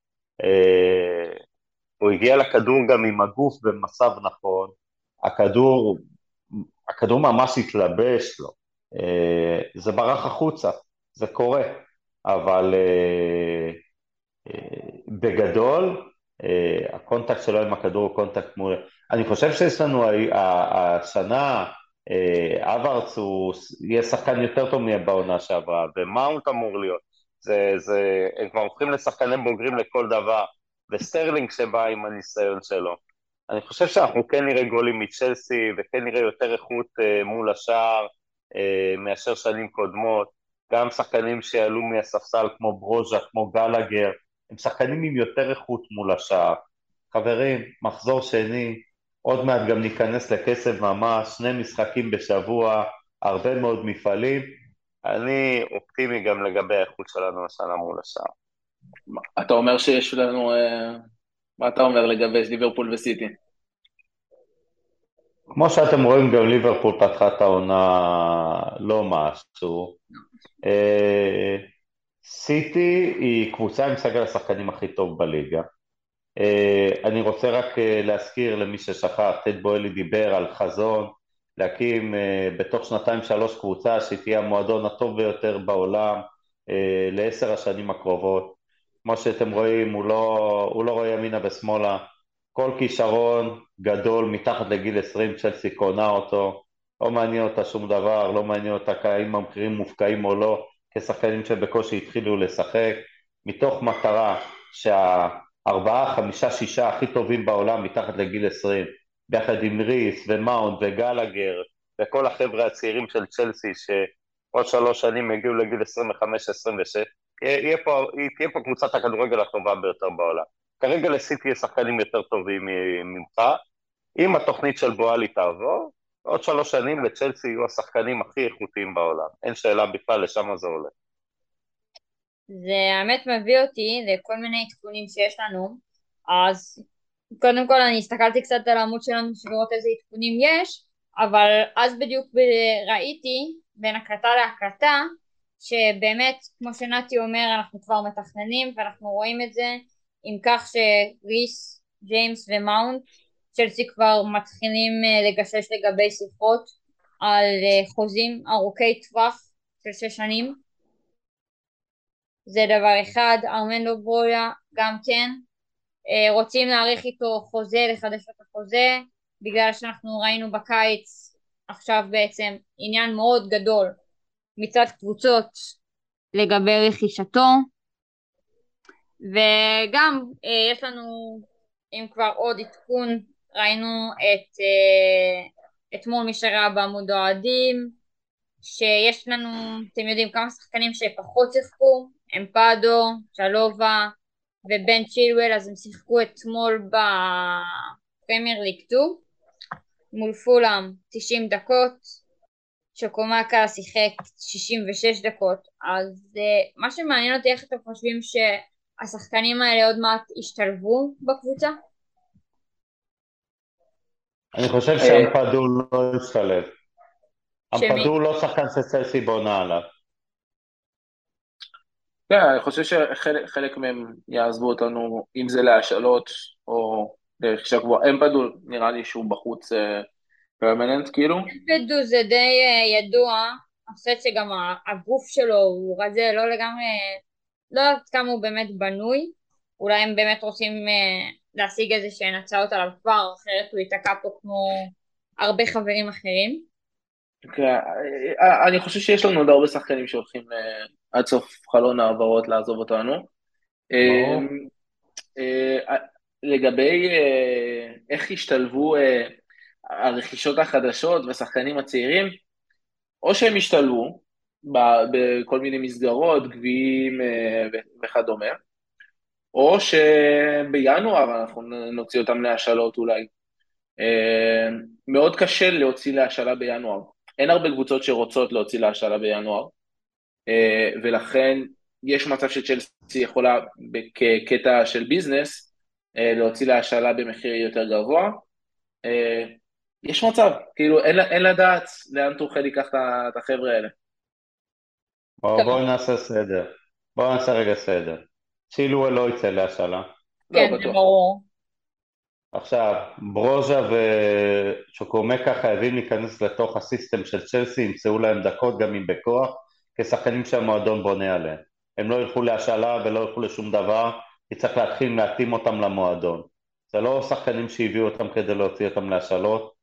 Speaker 3: הוא הגיע לכדור גם עם הגוף במצב נכון, הכדור ממש התלבש לו, זה ברח החוצה, זה קורה, אבל בגדול, הקונטקט שלו עם הכדור הוא קונטקט מול, אני חושב שיש לנו השנה, אברץ הוא יהיה שחקן יותר טוב בעונה שעברה, ומאונט אמור להיות, הם כבר הופכים לשחקנים בוגרים לכל דבר, וסטרלינג שבא עם הניסיון שלו. אני חושב שאנחנו כן נראה גולים מצ'לסי, וכן נראה יותר איכות מול השער, מאשר שנים קודמות, גם שחקנים שעלו מהספסל כמו ברוז'ה, כמו גלגר, הם שחקנים עם יותר איכות מול השער. חברים, מחזור שני, עוד מעט גם ניכנס לכסף ממש, 2 משחקים בשבוע, הרבה מאוד מפעלים, אני אופטימי גם לגבי האיכות שלנו השנה מול השער.
Speaker 4: אתה אומר שיש לנו, מה אתה אומר לגבי ליברפול וסיטי?
Speaker 3: כמו שאתם רואים, גם ליברפול פתחה את העונה לא משהו. סיטי היא קבוצה עם סגל השחקנים הכי טוב בליגה. אני רוצה רק להזכיר למי ששכח, טד בואלי דיבר על חזון, להקים בתוך 2-3 קבוצה שתהיה המועדון הטוב ביותר בעולם ל10 השנים הקרובות. כמו שאתם רואים, הוא לא רואה ימינה ושמאלה, כל כישרון גדול מתחת לגיל 20, צ'לסי קונה אותו, לא מעניין אותה שום דבר, לא מעניין אותה אם המחירים מופקעים או לא, כשחקנים שבקושי התחילו לשחק, מתוך מטרה שה4, 5, 6 הכי טובים בעולם מתחת לגיל 20, ביחד עם ריס ומאונט וגלגר, וכל החבר'ה הצעירים של צ'לסי, שעוד 3 שנים הגיעו לגיל 25-26, תהיה פה קבוצת הכדורגל הטובה ביותר בעולם. כרגע לסיטי יש שחקנים יותר טובים ממך, אם התוכנית של בואלי תעבור, עוד 3 שנים לצ'לסי יהיו השחקנים הכי איכותיים בעולם, אין שאלה בכלל, לשם זה הולך.
Speaker 1: זה האמת מביא אותי לכל מיני עדכונים שיש לנו, אז קודם כל אני הסתכלתי קצת על העמוד שלנו לראות איזה עדכונים יש, אבל אז בדיוק ראיתי בין הקלטה להקלטה, שבאמת כמו שנתי אומר אנחנו כבר מתכננים ואנחנו רואים את זה עם כך שריס, ג'יימס ומאונט, צ'לסי כבר מתחילים לגשש לגבי שיחות על חוזים ארוכי טווח של 6 שנים. זה דבר אחד. ארמנדו ברויה גם כן רוצים להאריך איתו חוזה, לחדש את החוזה, בגלל שאנחנו ראינו בקיץ עכשיו בעצם עניין מאוד גדול מצד קבוצות לגבי רכישתו, וגם יש לנו, אם כבר עוד עדכון, ראינו אתמול מי שראה בעמוד אוהדים שיש לנו, אתם יודעים, כמה שחקנים שפחות שיחקו, אמפדו, צ'לובה ובן צ'ילואל, אז הם שיחקו אתמול בפרמייר ליג 2 מול פולאם 90 דקות, צ'וקומקה שיחק 66 דקות, אז מה שמעניין אותי, איך אתם חושבים שהשחקנים האלה עוד מעט ישתלבו בקבוצה?
Speaker 3: אני חושב שאמפדו לא ישתלב.
Speaker 1: שמי?
Speaker 3: אמפדו לא שחקן שצלסי בונה עליו.
Speaker 4: כן, אני חושב שחלק מהם יעזבו אותנו, אם זה להשאלות או לרכישה גבוהה. אמפדו נראה לי שהוא בחוץ פרמננט כאילו.
Speaker 1: אמפדו זה די ידוע, אני חושבת שגם הגוף שלו הוא רזה, לא לגמרי, לא יודעת כמה הוא באמת בנוי, אולי הם באמת רוצים להשיג איזה שהן הצעות עליו כבר, אחרת הוא ייתקע פה כמו הרבה חברים אחרים.
Speaker 4: כן, אני חושב שיש לנו עוד הרבה שחקנים שהולכים עד סוף חלון העברות לעזוב אותנו. לגבי איך השתלבו הרכישות החדשות והשחקנים הצעירים, או שהם השתלבו בכל מיני מסגרות, גביעים וכדומה, או שבינואר אנחנו נוציא אותם להשאלות אולי. מאוד קשה להוציא להשאלה בינואר. אין הרבה קבוצות שרוצות להוציא להשאלה בינואר, ולכן יש מצב שצ'לסי יכולה כקטע של ביזנס להוציא להשאלה במחיר יותר גבוה. יש מצב, כאילו אין לדעת לאן תוכל ייקח את החבר'ה האלה.
Speaker 3: בואו נעשה סדר. בואו נעשה רגע סדר. צ'ילואל לא יצא להשאלה.
Speaker 1: כן, זה ברור.
Speaker 3: עכשיו, ברוז'ה וצ'וקומקה חייבים להיכנס לתוך הסיסטם של צ'לסי, ימצאו להם דקות גם אם בכוח, כשחקנים שהמועדון בונה עליהם. הם לא ילכו להשאלה ולא ילכו לשום דבר, כי צריך להתחיל להתאים אותם למועדון. זה לא שחקנים שהביאו אותם כדי להוציא אותם להשאלות.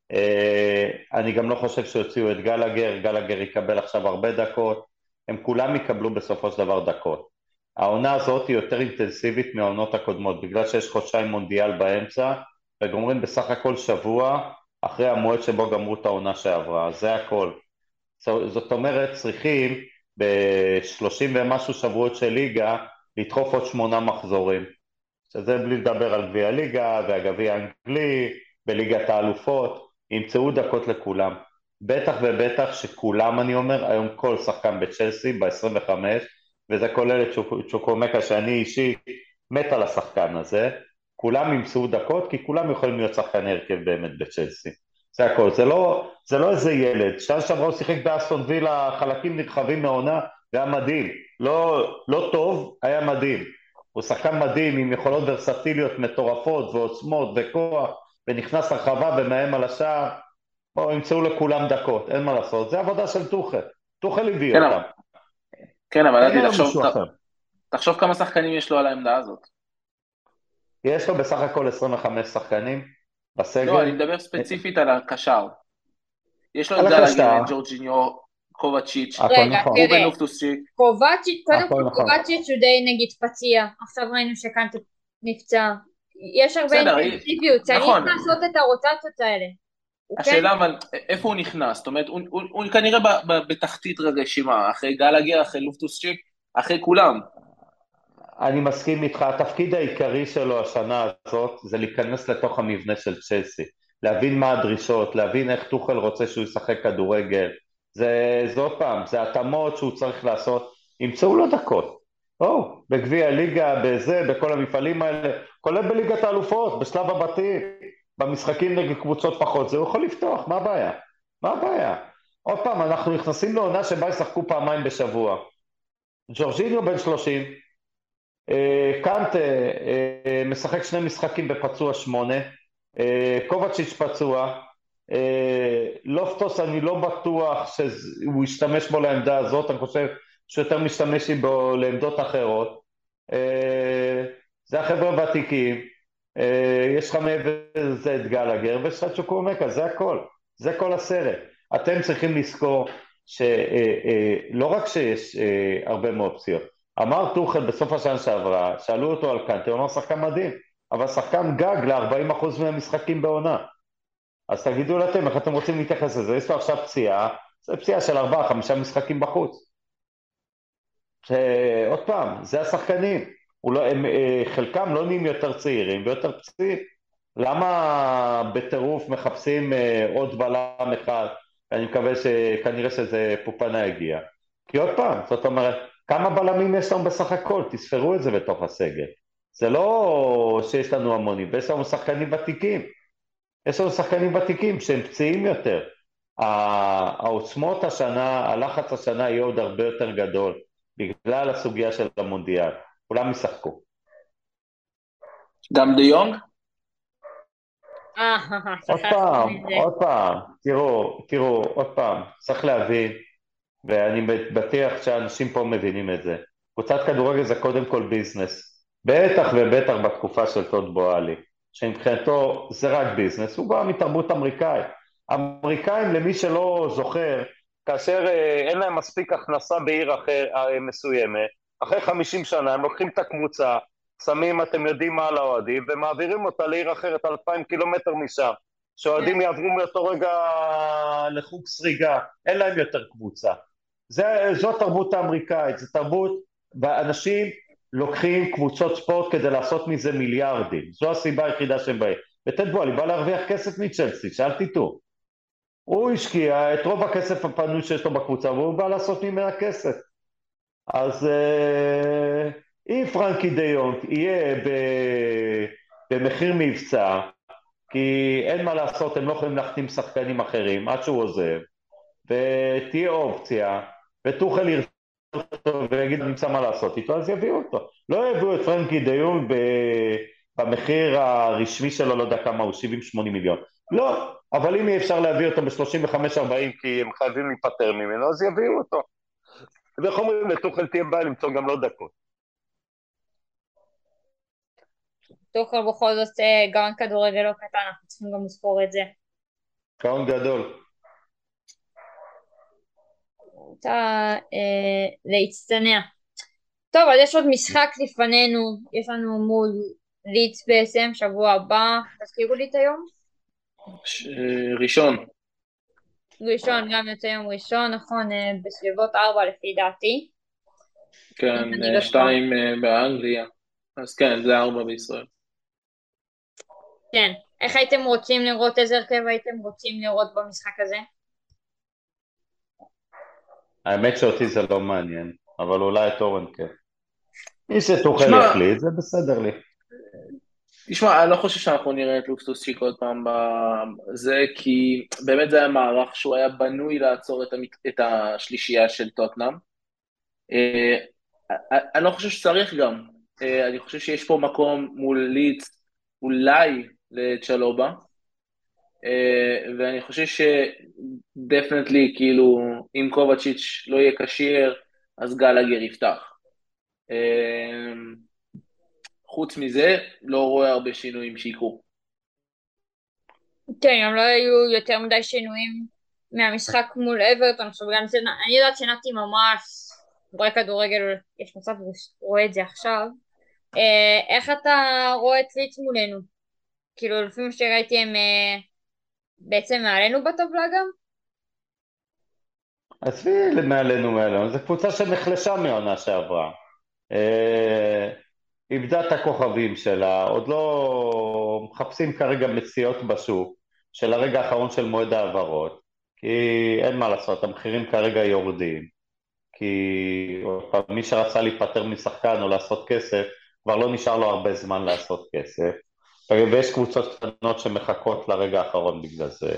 Speaker 3: אני גם לא חושב שהוציאו את גלגר, גלגר יקבל עכשיו הרבה דקות, הם כולם יקבלו בסופו של דבר דקות. העונה הזאת היא יותר אינטנסיבית מהעונות הקודמות, בגלל שיש חודשיים מונדיאל באמצע, וגומרים בסך הכל שבוע אחרי המועד שבו גמרו את העונה שעברה, זה הכל. זאת אומרת, צריכים ב-30 ומשהו שבועות של ליגה, לדחוף עוד 8 מחזורים. שזה בלי לדבר על גביע הליגה והגביע האנגלי, בליגת האלופות, ימצאו דקות לכולם. בטח ובטח שכולם, אני אומר, היום כל שחקן בצ'לסי, ב-25, וזה כולל את צ'וקומקה שאני אישי מת על השחקן הזה, כולם ימצאו דקות, כי כולם יכולים להיות שחקן הרכב באמת בצ'לסי. זה הכל, זה לא איזה ילד, שעה שעברה הוא שיחק באסטון וילה, חלקים נרחבים מהעונה, זה היה מדהים, לא טוב, היה מדהים. הוא שחקן מדהים עם יכולות ורסטיליות מטורפות ועוצמות וכוח, ונכנס הרחבה ומאיים על השער, בואו ימצאו לכולם דקות, אין מה לעשות, זה עבודה של טוחל הביא אותם.
Speaker 4: כן, אבל תחשוב כמה שחקנים יש לו על העמדה הזאת.
Speaker 3: יש לו בסך הכל 25 שחקנים בסגל.
Speaker 4: לא, אני מדבר ספציפית על הקשר. יש לו את גלגר, ג'ורג'יניו, קובצ'יץ', רובן לופטוס-צ'יק.
Speaker 1: קובצ'יץ', קודם כל קובצ'יץ' הוא די נגיד פציע, עכשיו ראינו שקנטה נפצע. יש הרבה אינטנסיביות, צריך לעשות את הרוטציות האלה.
Speaker 4: השאלה אבל איפה הוא נכנס, זאת אומרת הוא כנראה בתחתית רשימה, אחרי גלגר, אחרי לופטוס-צ'יק, אחרי כולם.
Speaker 3: אני מסכים איתך, התפקיד העיקרי שלו השנה הזאת זה להיכנס לתוך המבנה של צ'לסי, להבין מה הדרישות, להבין איך טוחל רוצה שהוא ישחק כדורגל, זה עוד פעם, זה התאמות שהוא צריך לעשות, ימצאו לו דקות, בגביע הליגה, בכל המפעלים האלה, כולל בליגת האלופות, בשלב הבתים, במשחקים נגד קבוצות פחות, זה הוא יכול לפתוח, מה הבעיה? מה הבעיה? עוד פעם, אנחנו נכנסים לעונה שבה ישחקו פעמיים בשבוע. ג'ורג'יניו בן 30, קנטה משחק 2 משחקים בפצוע 8, קובצ'יץ' פצוע, לופטוס אני לא בטוח שהוא ישתמש בו לעמדה הזאת, אני חושב שיותר משתמש בו לעמדות אחרות. זה החבר'ה ותיקים, יש לך מעבר לזה את גלגר ויש לך צ'וקומקה, זה הכל, זה כל הסרט. אתם צריכים לזכור שלא רק שיש הרבה מאופציות, אמר טוחל בסוף השנה שעברה, שאלו אותו על קנטה, הוא אמר שחקן מדהים, אבל שחקן גג ל-40% מהמשחקים בעונה. אז תגידו לאתם, איך אתם רוצים להתייחס לזה? יש לו עכשיו פציעה, זה פציעה של 4-5 משחקים בחוץ. שעוד פעם, זה השחקנים, חלקם לא נהיים יותר צעירים ויותר פציעים. למה בטירוף מחפשים עוד בלם אחד? אני מקווה שכנראה שזה פופנה הגיע. כי עוד פעם, זאת אומרת, כמה בלמים יש לנו בסך הכל? תספרו את זה בתוך הסגל. זה לא שיש לנו המונים, ויש לנו שחקנים ותיקים. יש לנו שחקנים ותיקים שהם פציעים יותר. העוצמות השנה, הלחץ השנה יהיה עוד הרבה יותר גדול, בגלל הסוגיה של המונדיאל. כולם ישחקו.
Speaker 4: גם דה יונג?
Speaker 3: עוד פעם, תראו, עוד פעם, צריך להבין, ואני בטוח שאנשים פה מבינים את זה. קבוצת כדורגל זה קודם כל ביזנס, בטח ובטח בתקופה של טוד בועלי, שמבחינתו זה רק ביזנס, הוא בא מתרבות אמריקאית. אמריקאים, למי שלא זוכר, כאשר אין להם מספיק הכנסה בעיר מסוימת, אחרי 50 שנה הם לוקחים את הקבוצה, שמים, אתם יודעים מה, על האוהדים, ומעבירים אותה לעיר אחרת, 2,000 קילומטר משם, שהאוהדים יעברו מאותו רגע לחוג סריגה, אין להם יותר קבוצה. זו תרבות האמריקאית, זו תרבות, ואנשים לוקחים קבוצות ספורט כדי לעשות מזה מיליארדים, זו הסיבה היחידה שהם באים. וטד בועלי בא להרוויח כסף מצ'לסי, שאל תיתו. הוא השקיע את רוב הכסף הפנוי שיש לו בקבוצה, והוא בא לעשות ממנה כסף. אז אם פרנקי דה יונג יהיה במחיר מבצע, כי אין מה לעשות, הם לא יכולים להחתים שחקנים אחרים עד שהוא עוזב, ותהיה אופציה, וטוחל ירצה אותו ויגיד נמצא מה לעשות איתו, אז יביאו אותו. לא יביאו את פרנקי דה יונג במחיר הרשמי שלו, לא יודע כמה הוא, 70-80 מיליון. לא, אבל אם אי אפשר להביא אותו ב-35-40 כי הם חייבים להיפטר ממנו, אז יביאו אותו. ואיך אומרים, לטוחל תהיה בעיה למצוא גם לא דקות.
Speaker 1: טוחל בכל זאת גאון כדורגל לא קטן, אנחנו צריכים גם לזכור את זה.
Speaker 3: גאון גדול.
Speaker 1: רוצה להצטנע. טוב, אז יש עוד משחק לפנינו, יש לנו מול לידס בעצם, שבוע הבא, תזכירו לי את היום?
Speaker 4: ראשון.
Speaker 1: ראשון, גם יוצא יום ראשון, נכון, בסביבות 4 לפי דעתי.
Speaker 4: כן, 2 באנגליה, אז כן, זה 4 בישראל.
Speaker 1: כן, איך הייתם רוצים לראות, איזה הרכב הייתם רוצים לראות במשחק הזה?
Speaker 3: האמת שאותי זה לא מעניין, אבל אולי את אורן כן. מי שטוחל יחליט, זה בסדר לי.
Speaker 4: תשמע, אני לא חושב שאנחנו נראה את לופטוס-צ'יק עוד פעם בזה, כי באמת זה היה מערך שהוא היה בנוי לעצור את השלישייה של טוטנאם. אני לא חושב שצריך גם. אני חושב שיש פה מקום מול לידס, אולי לצ'לובה, ואני חושב שדפנטלי, כאילו, אם קובצ'יץ' לא יהיה קשיר, אז גלגר יפתח. חוץ מזה, לא רואה הרבה שינויים שיקרו.
Speaker 1: כן, גם לא היו יותר מדי שינויים מהמשחק מול אברטון, עכשיו גם אני יודעת שנתי ממש רואה כדורגל, יש מצב רואה את זה עכשיו. איך אתה רואה את לידס מולנו? כאילו לפי מה שראיתי הם בעצם מעלינו בטבלה גם?
Speaker 3: עזבי מעלינו, זו קבוצה שנחלשה מהעונה שעברה. איבדה את הכוכבים שלה, עוד לא מחפשים כרגע מציאות בשוק של הרגע האחרון של מועד העברות, כי אין מה לעשות, המחירים כרגע יורדים, כי מי שרצה להיפטר משחקן או לעשות כסף, כבר לא נשאר לו הרבה זמן לעשות כסף, ויש קבוצות קטנות שמחכות לרגע האחרון בגלל זה.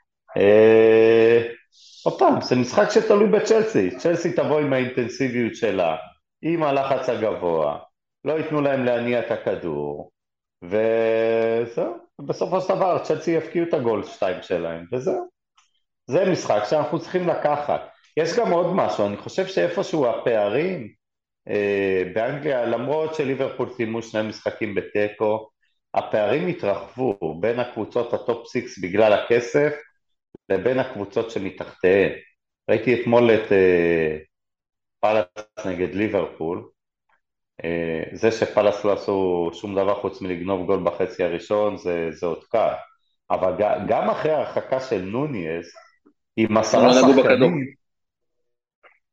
Speaker 3: עוד פעם, זה משחק שתלוי בצ'לסי, צ'לסי תבוא עם האינטנסיביות שלה, עם הלחץ הגבוה, לא ייתנו להם להניע את הכדור, וזהו, בסופו של דבר צ'לסי יפקיעו את הגול 2 שלהם, וזהו. זה משחק שאנחנו צריכים לקחת. יש גם עוד משהו, אני חושב שאיפשהו הפערים באנגליה, למרות שליברפול סיימו 2 משחקים בטקו, הפערים התרחבו בין הקבוצות הטופ 6 בגלל הכסף, לבין הקבוצות שמתחתיהן. ראיתי אתמול את פלאס נגד ליברפול, זה שפלאס לא עשו שום דבר חוץ מלגנוב גול בחצי הראשון, זה עוד קל. אבל גם אחרי ההרחקה של נוניאז, עם 10 שחקנים,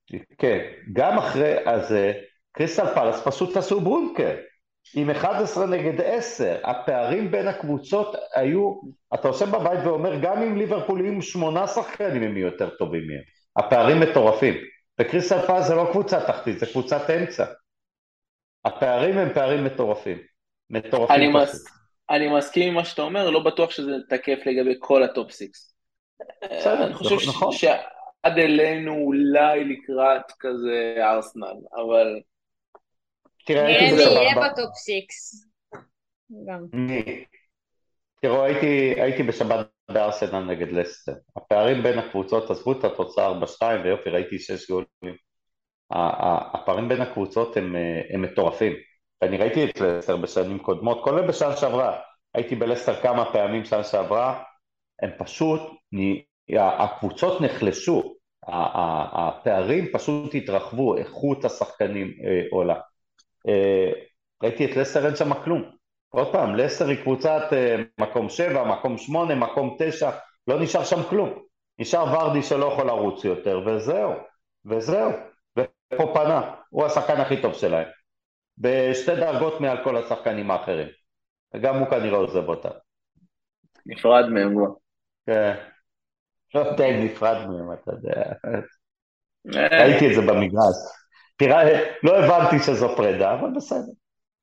Speaker 3: כן, גם אחרי, אז קריסטל פלאס פשוט עשו ברונקר, עם 11 נגד 10, הפערים בין הקבוצות היו, אתה עושה בבית ואומר, גם אם ליברפול יהיו עם 8 שחקנים הם יהיו יותר טובים מהם, הפערים מטורפים, וקריסטל פלאס זה לא קבוצה תחתית, זה קבוצת אמצע, הפערים הם פערים מטורפים,
Speaker 4: אני,
Speaker 3: מטורפים פשוט.
Speaker 4: אני מסכים עם מה שאתה אומר, לא בטוח שזה תקף לגבי כל הטופ 6. אני
Speaker 3: בסדר,
Speaker 4: חושב
Speaker 3: נכון.
Speaker 4: שעד אלינו אולי לקראת כזה ארסנל, אבל
Speaker 3: תראה, הייתי
Speaker 1: נראה מי
Speaker 3: בשבת,
Speaker 1: יהיה בטופ 6. גם.
Speaker 3: תראו, הייתי בשבת בארסנל נגד לסטר. הפערים בין הקבוצות, עזבו את התוצאה 4-2, ויופי, ראיתי 6 גולים. הפערים בין הקבוצות הם מטורפים. ואני ראיתי את לסטר בשנים קודמות, כולל בשנה שעברה. הייתי בלסטר כמה פעמים שנה שעברה, הם פשוט, הקבוצות נחלשו, הפערים פשוט התרחבו, איכות השחקנים עולה. ראיתי את לסטר, אין שם כלום. עוד פעם, לסטר היא קבוצת מקום 7, מקום 8, מקום 9, לא נשאר שם כלום. נשאר ורדי שלא יכול לרוץ יותר, וזהו. ופה פנה, הוא השחקן הכי טוב שלהם. בשתי דרגות מעל כל השחקנים האחרים. וגם הוא כנראה עוזב אותם.
Speaker 4: נפרד מהם כבר.
Speaker 3: כן. לא יודע אם נפרד מהם, אתה יודע.
Speaker 4: אה,
Speaker 3: ראיתי את זה במגרש. תראה, לא הבנתי שזו פרידה, אבל בסדר.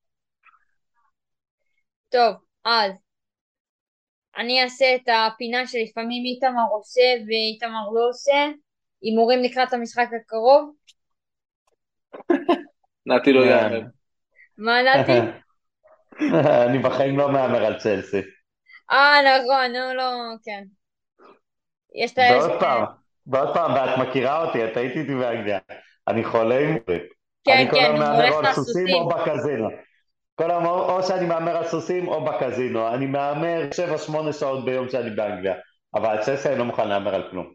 Speaker 1: טוב, אז אני אעשה את הפינה שלפעמים איתמר עושה ואיתמר לא עושה. הימורים לקראת המשחק הקרוב.
Speaker 4: נתי לא יאמר.
Speaker 1: מה נתי?
Speaker 3: אני בחיים לא מהמר על צלסי.
Speaker 1: נכון, לא, כן. יש את האלה
Speaker 3: ועוד פעם, ואת מכירה אותי, את הייתי איתי באנגליה. אני חולה הימורים.
Speaker 1: כן,
Speaker 3: אני כל
Speaker 1: כן,
Speaker 3: היום
Speaker 1: הוא
Speaker 3: מהמר
Speaker 1: הולך
Speaker 3: או על סוסים
Speaker 1: לסוסים.
Speaker 3: או בקזינו. כל היום או שאני מהמר על סוסים או בקזינו. אני מהמר 7-8 שעות ביום שאני באנגליה. אבל על צלסי אני לא מוכן להמר על כלום.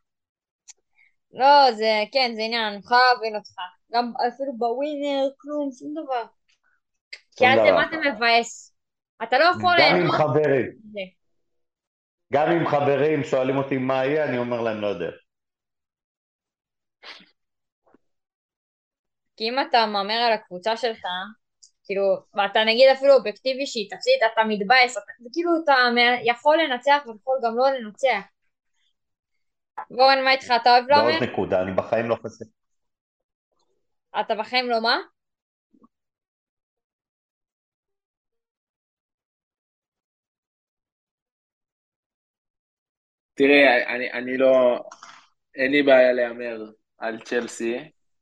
Speaker 1: לא, זה, כן, זה עניין, אני יכולה להבין אותך. גם אפילו בווינר, כלום, שום דבר. כי
Speaker 3: שום
Speaker 1: אז
Speaker 3: דבר.
Speaker 1: מה זה מבאס? אתה לא יכול
Speaker 3: גם עם
Speaker 1: ליהנות
Speaker 3: חברים.
Speaker 1: מזה.
Speaker 3: גם עם חברים שואלים אותי מה יהיה, אני אומר להם לא יודע.
Speaker 1: כי אם אתה מהמר על הקבוצה שלך, כאילו, ואתה נגיד אפילו אובייקטיבי שהיא תפסיד, אתה מתבאס, זה כאילו אתה יכול לנצח ויכול גם לא לנצח. גורן, מה איתך? אתה אוהב
Speaker 3: ועוד
Speaker 1: להמר?
Speaker 3: נקודה, אני בחיים לא חסר.
Speaker 1: אתה בחיים לא מה?
Speaker 4: תראי, אני לא, אין לי בעיה להמר על צ'לסי.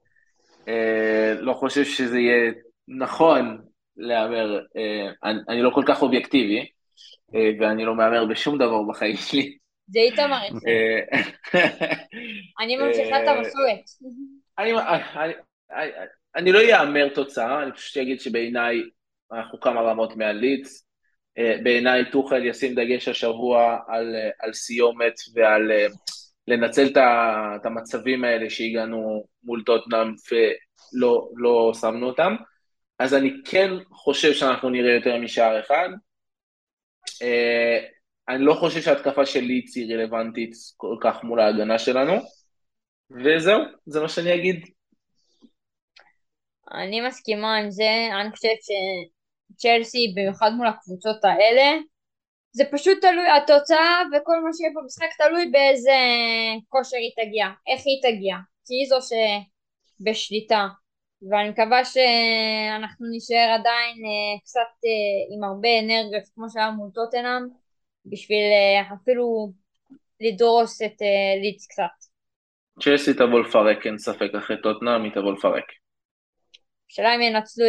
Speaker 4: לא חושב שזה יהיה נכון להמר, אני לא כל כך אובייקטיבי, ואני לא מהמר בשום דבר בחיים שלי.
Speaker 1: זה איתמר יפה. אני ממשיכה את המסורת.
Speaker 4: אני, אני, אני, אני לא יאמר תוצאה, אני פשוט אגיד שבעיניי אנחנו כמה רמות מהלידס. בעיניי טוחל ישים דגש השבוע על סיומת ועל לנצל את המצבים האלה שהגענו מול טוטנהאם ולא שמנו אותם. אז אני כן חושב שאנחנו נראה יותר משער אחד. אני לא חושב שההתקפה של לידס היא רלוונטית כל כך מול ההגנה שלנו. וזהו, זה מה שאני אגיד.
Speaker 1: אני מסכימה עם זה, אני חושבת שצ'לסי, במיוחד מול הקבוצות האלה, זה פשוט תלוי, התוצאה וכל מה שיהיה במשחק תלוי באיזה כושר היא תגיע, איך היא תגיע, כי היא זו שבשליטה, ואני מקווה שאנחנו נשאר עדיין קצת עם הרבה אנרגיות כמו שהיה מול טוטנהאם, בשביל אפילו לדרוס את לידס קצת.
Speaker 4: צ'לסי תבוא לפרק, אין ספק, אחרי טוטנהאם היא תבוא לפרק.
Speaker 1: השאלה אם ינצלו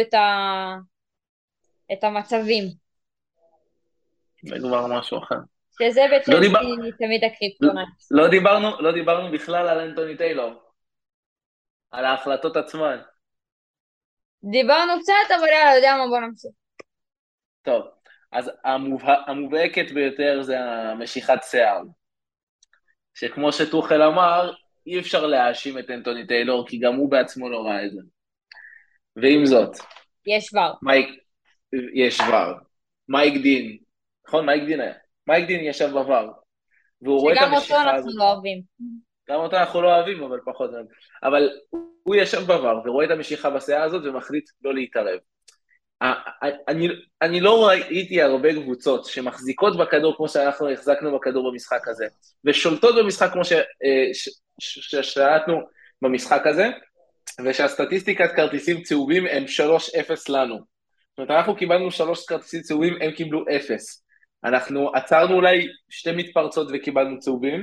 Speaker 1: את המצבים.
Speaker 4: זה כבר משהו אחר.
Speaker 1: שזה בצ'לסי תמיד הקריפטונט.
Speaker 4: לא דיברנו בכלל על אנטוני טיילור. על ההחלטות עצמן.
Speaker 1: דיברנו קצת, אבל יאללה, יודע מה, בוא נמשיך.
Speaker 4: טוב, אז המובהקת ביותר זה המשיכת שיער. שכמו שטוחל אמר, אי אפשר להאשים את אנטוני טיילור, כי גם הוא בעצמו לא ראה את זה. ועם זאת,
Speaker 1: יש ור.
Speaker 4: יש ור. מייק דין, נכון? מייק דין ישב בוור. והוא רואה את
Speaker 1: שגם אותו
Speaker 4: המשיכה
Speaker 1: אנחנו
Speaker 4: הזאת.
Speaker 1: לא אוהבים.
Speaker 4: גם אותה אנחנו לא אוהבים, אבל פחות. אבל הוא ישב בעבר ורואה את המשיכה בשיאה הזאת ומחליט לא להתערב. אני לא ראיתי הרבה קבוצות שמחזיקות בכדור כמו שאנחנו החזקנו בכדור במשחק הזה, ושולטות במשחק כמו ששלטנו במשחק הזה, ושהסטטיסטיקת כרטיסים צהובים הם 3-0 לנו. זאת אומרת, אנחנו קיבלנו 3 כרטיסים צהובים, הם קיבלו 0. אנחנו עצרנו אולי 2 מתפרצות וקיבלנו צהובים,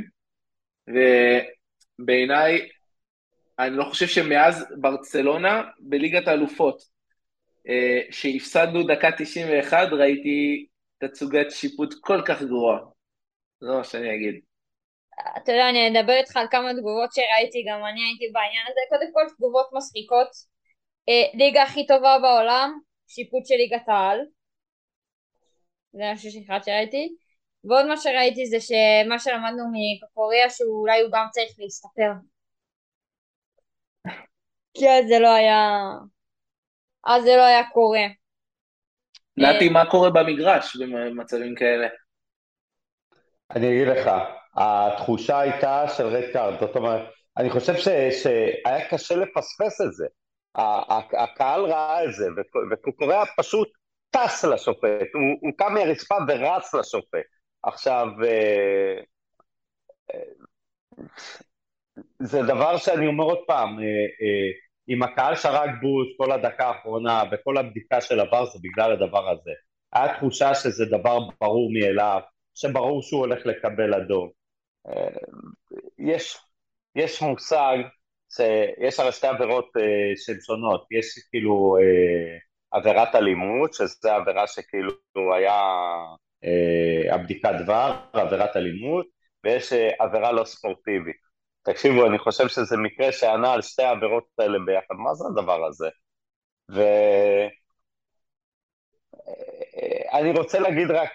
Speaker 4: ובעיניי, אני לא חושב שמאז ברצלונה, בליגת האלופות, שהפסדנו דקה 91, ראיתי תצוגת שיפוט כל כך גרועה. זה מה שאני אגיד.
Speaker 1: אתה יודע, אני אדבר איתך על כמה תגובות שראיתי, גם אני הייתי בעניין הזה. קודם כל, תגובות מצחיקות. ליגה הכי טובה בעולם, שיפוט של ליגת העל. זה משהו אחד שראיתי. ועוד מה שראיתי זה שמה שלמדנו מקוקוריה, שאולי הוא גם צריך להסתפר. כי אז זה לא היה קורה.
Speaker 4: נתי, מה קורה במגרש במצבים כאלה?
Speaker 3: אני אגיד לך, התחושה הייתה של רד קארד, זאת אומרת, אני חושב שהיה קשה לפספס את זה. הקהל ראה את זה, וקוקוריה פשוט טס לשופט, הוא קם מהרצפה ורץ לשופט. עכשיו, זה דבר שאני אומר עוד פעם, אם הקהל שרק בוז כל הדקה האחרונה וכל הבדיקה של עבר זה בגלל הדבר הזה. היה תחושה שזה דבר ברור מאליו, שברור שהוא הולך לקבל אדום. יש מושג, יש הרי 2 עבירות שהן שונות, יש כאילו עבירת אלימות, שזה עבירה שכאילו היה הבדיקת דבר, עבירת אלימות, ויש עבירה לא ספורטיבית. תקשיבו, אני חושב שזה מקרה שענה על 2 העבירות האלה ביחד, מה זה הדבר הזה? אני רוצה להגיד רק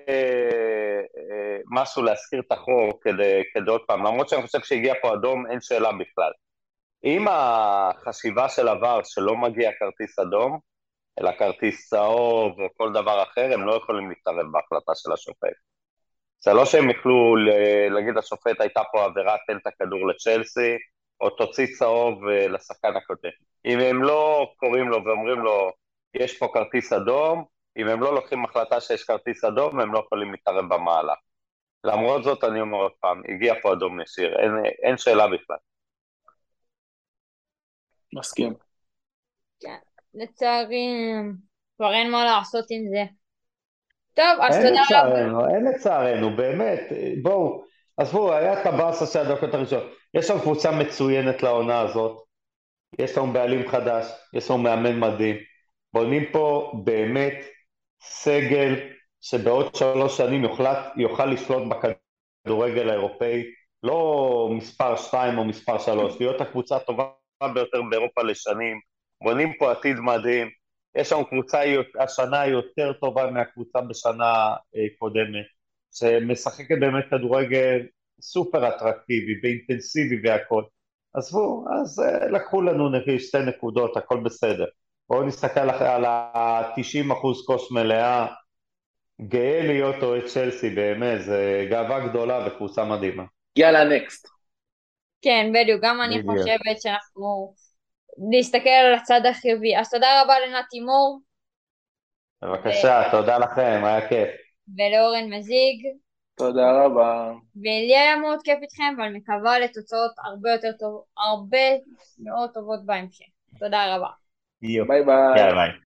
Speaker 3: משהו להזכיר את החוק כדי עוד פעם, למרות שאני חושב שהגיע פה אדום, אין שאלה בכלל. אם החשיבה של עבר שלא מגיע כרטיס אדום, אלא כרטיס צהוב או כל דבר אחר, הם לא יכולים להתערב בהחלטה של השופט. זה לא שהם יכלו להגיד השופט הייתה פה עבירה, תן את הכדור לצ'לסי, או תוציא צהוב לשחקן הקודם. אם הם לא קוראים לו ואומרים לו, יש פה כרטיס אדום, אם הם לא לוקחים החלטה שיש כרטיס אדום, הם לא יכולים להתערב במהלך. למרות זאת, אני אומר עוד פעם, הגיע פה אדום ישיר, אין שאלה בכלל.
Speaker 4: מסכים.
Speaker 1: כן, לצערי, כבר אין מה לעשות עם זה. טוב, אז תודה רבה.
Speaker 3: אין לצערנו, באמת, בואו, עזבו, היה את הבאסה של הדקות הראשון. יש לנו קבוצה מצוינת לעונה הזאת, יש לנו בעלים חדש, יש לנו מאמן מדהים, בונים פה באמת סגל שבעוד 3 שנים יוכל לשלוט בכדורגל האירופאי, לא מספר 2 או מספר 3, להיות הקבוצה הטובה ביותר באירופה לשנים, בונים פה עתיד מדהים, יש לנו קבוצה השנה יותר טובה מהקבוצה בשנה קודמת, שמשחקת באמת כדורגל סופר אטרקטיבי ואינטנסיבי והכל. עזבו, אז לקחו לנו 2 נקודות, הכל בסדר. בואו נסתכל על ה-90% כוס מלאה, גאה להיות אוהד צ'לסי, באמת, זה גאווה גדולה וקבוצה מדהימה.
Speaker 4: יאללה, נקסט.
Speaker 1: כן, בדיוק, גם אני חושבת שאנחנו נסתכל על הצד החיובי. אז תודה רבה לנתי מור.
Speaker 3: בבקשה, תודה לכם, היה כיף.
Speaker 1: ולאורן מזיג.
Speaker 4: תודה רבה.
Speaker 1: ולי היה מאוד כיף איתכם, אבל מקווה לתוצאות הרבה מאוד טובות בהמשך. תודה רבה.
Speaker 4: ביי ביי.
Speaker 3: יאללה ביי.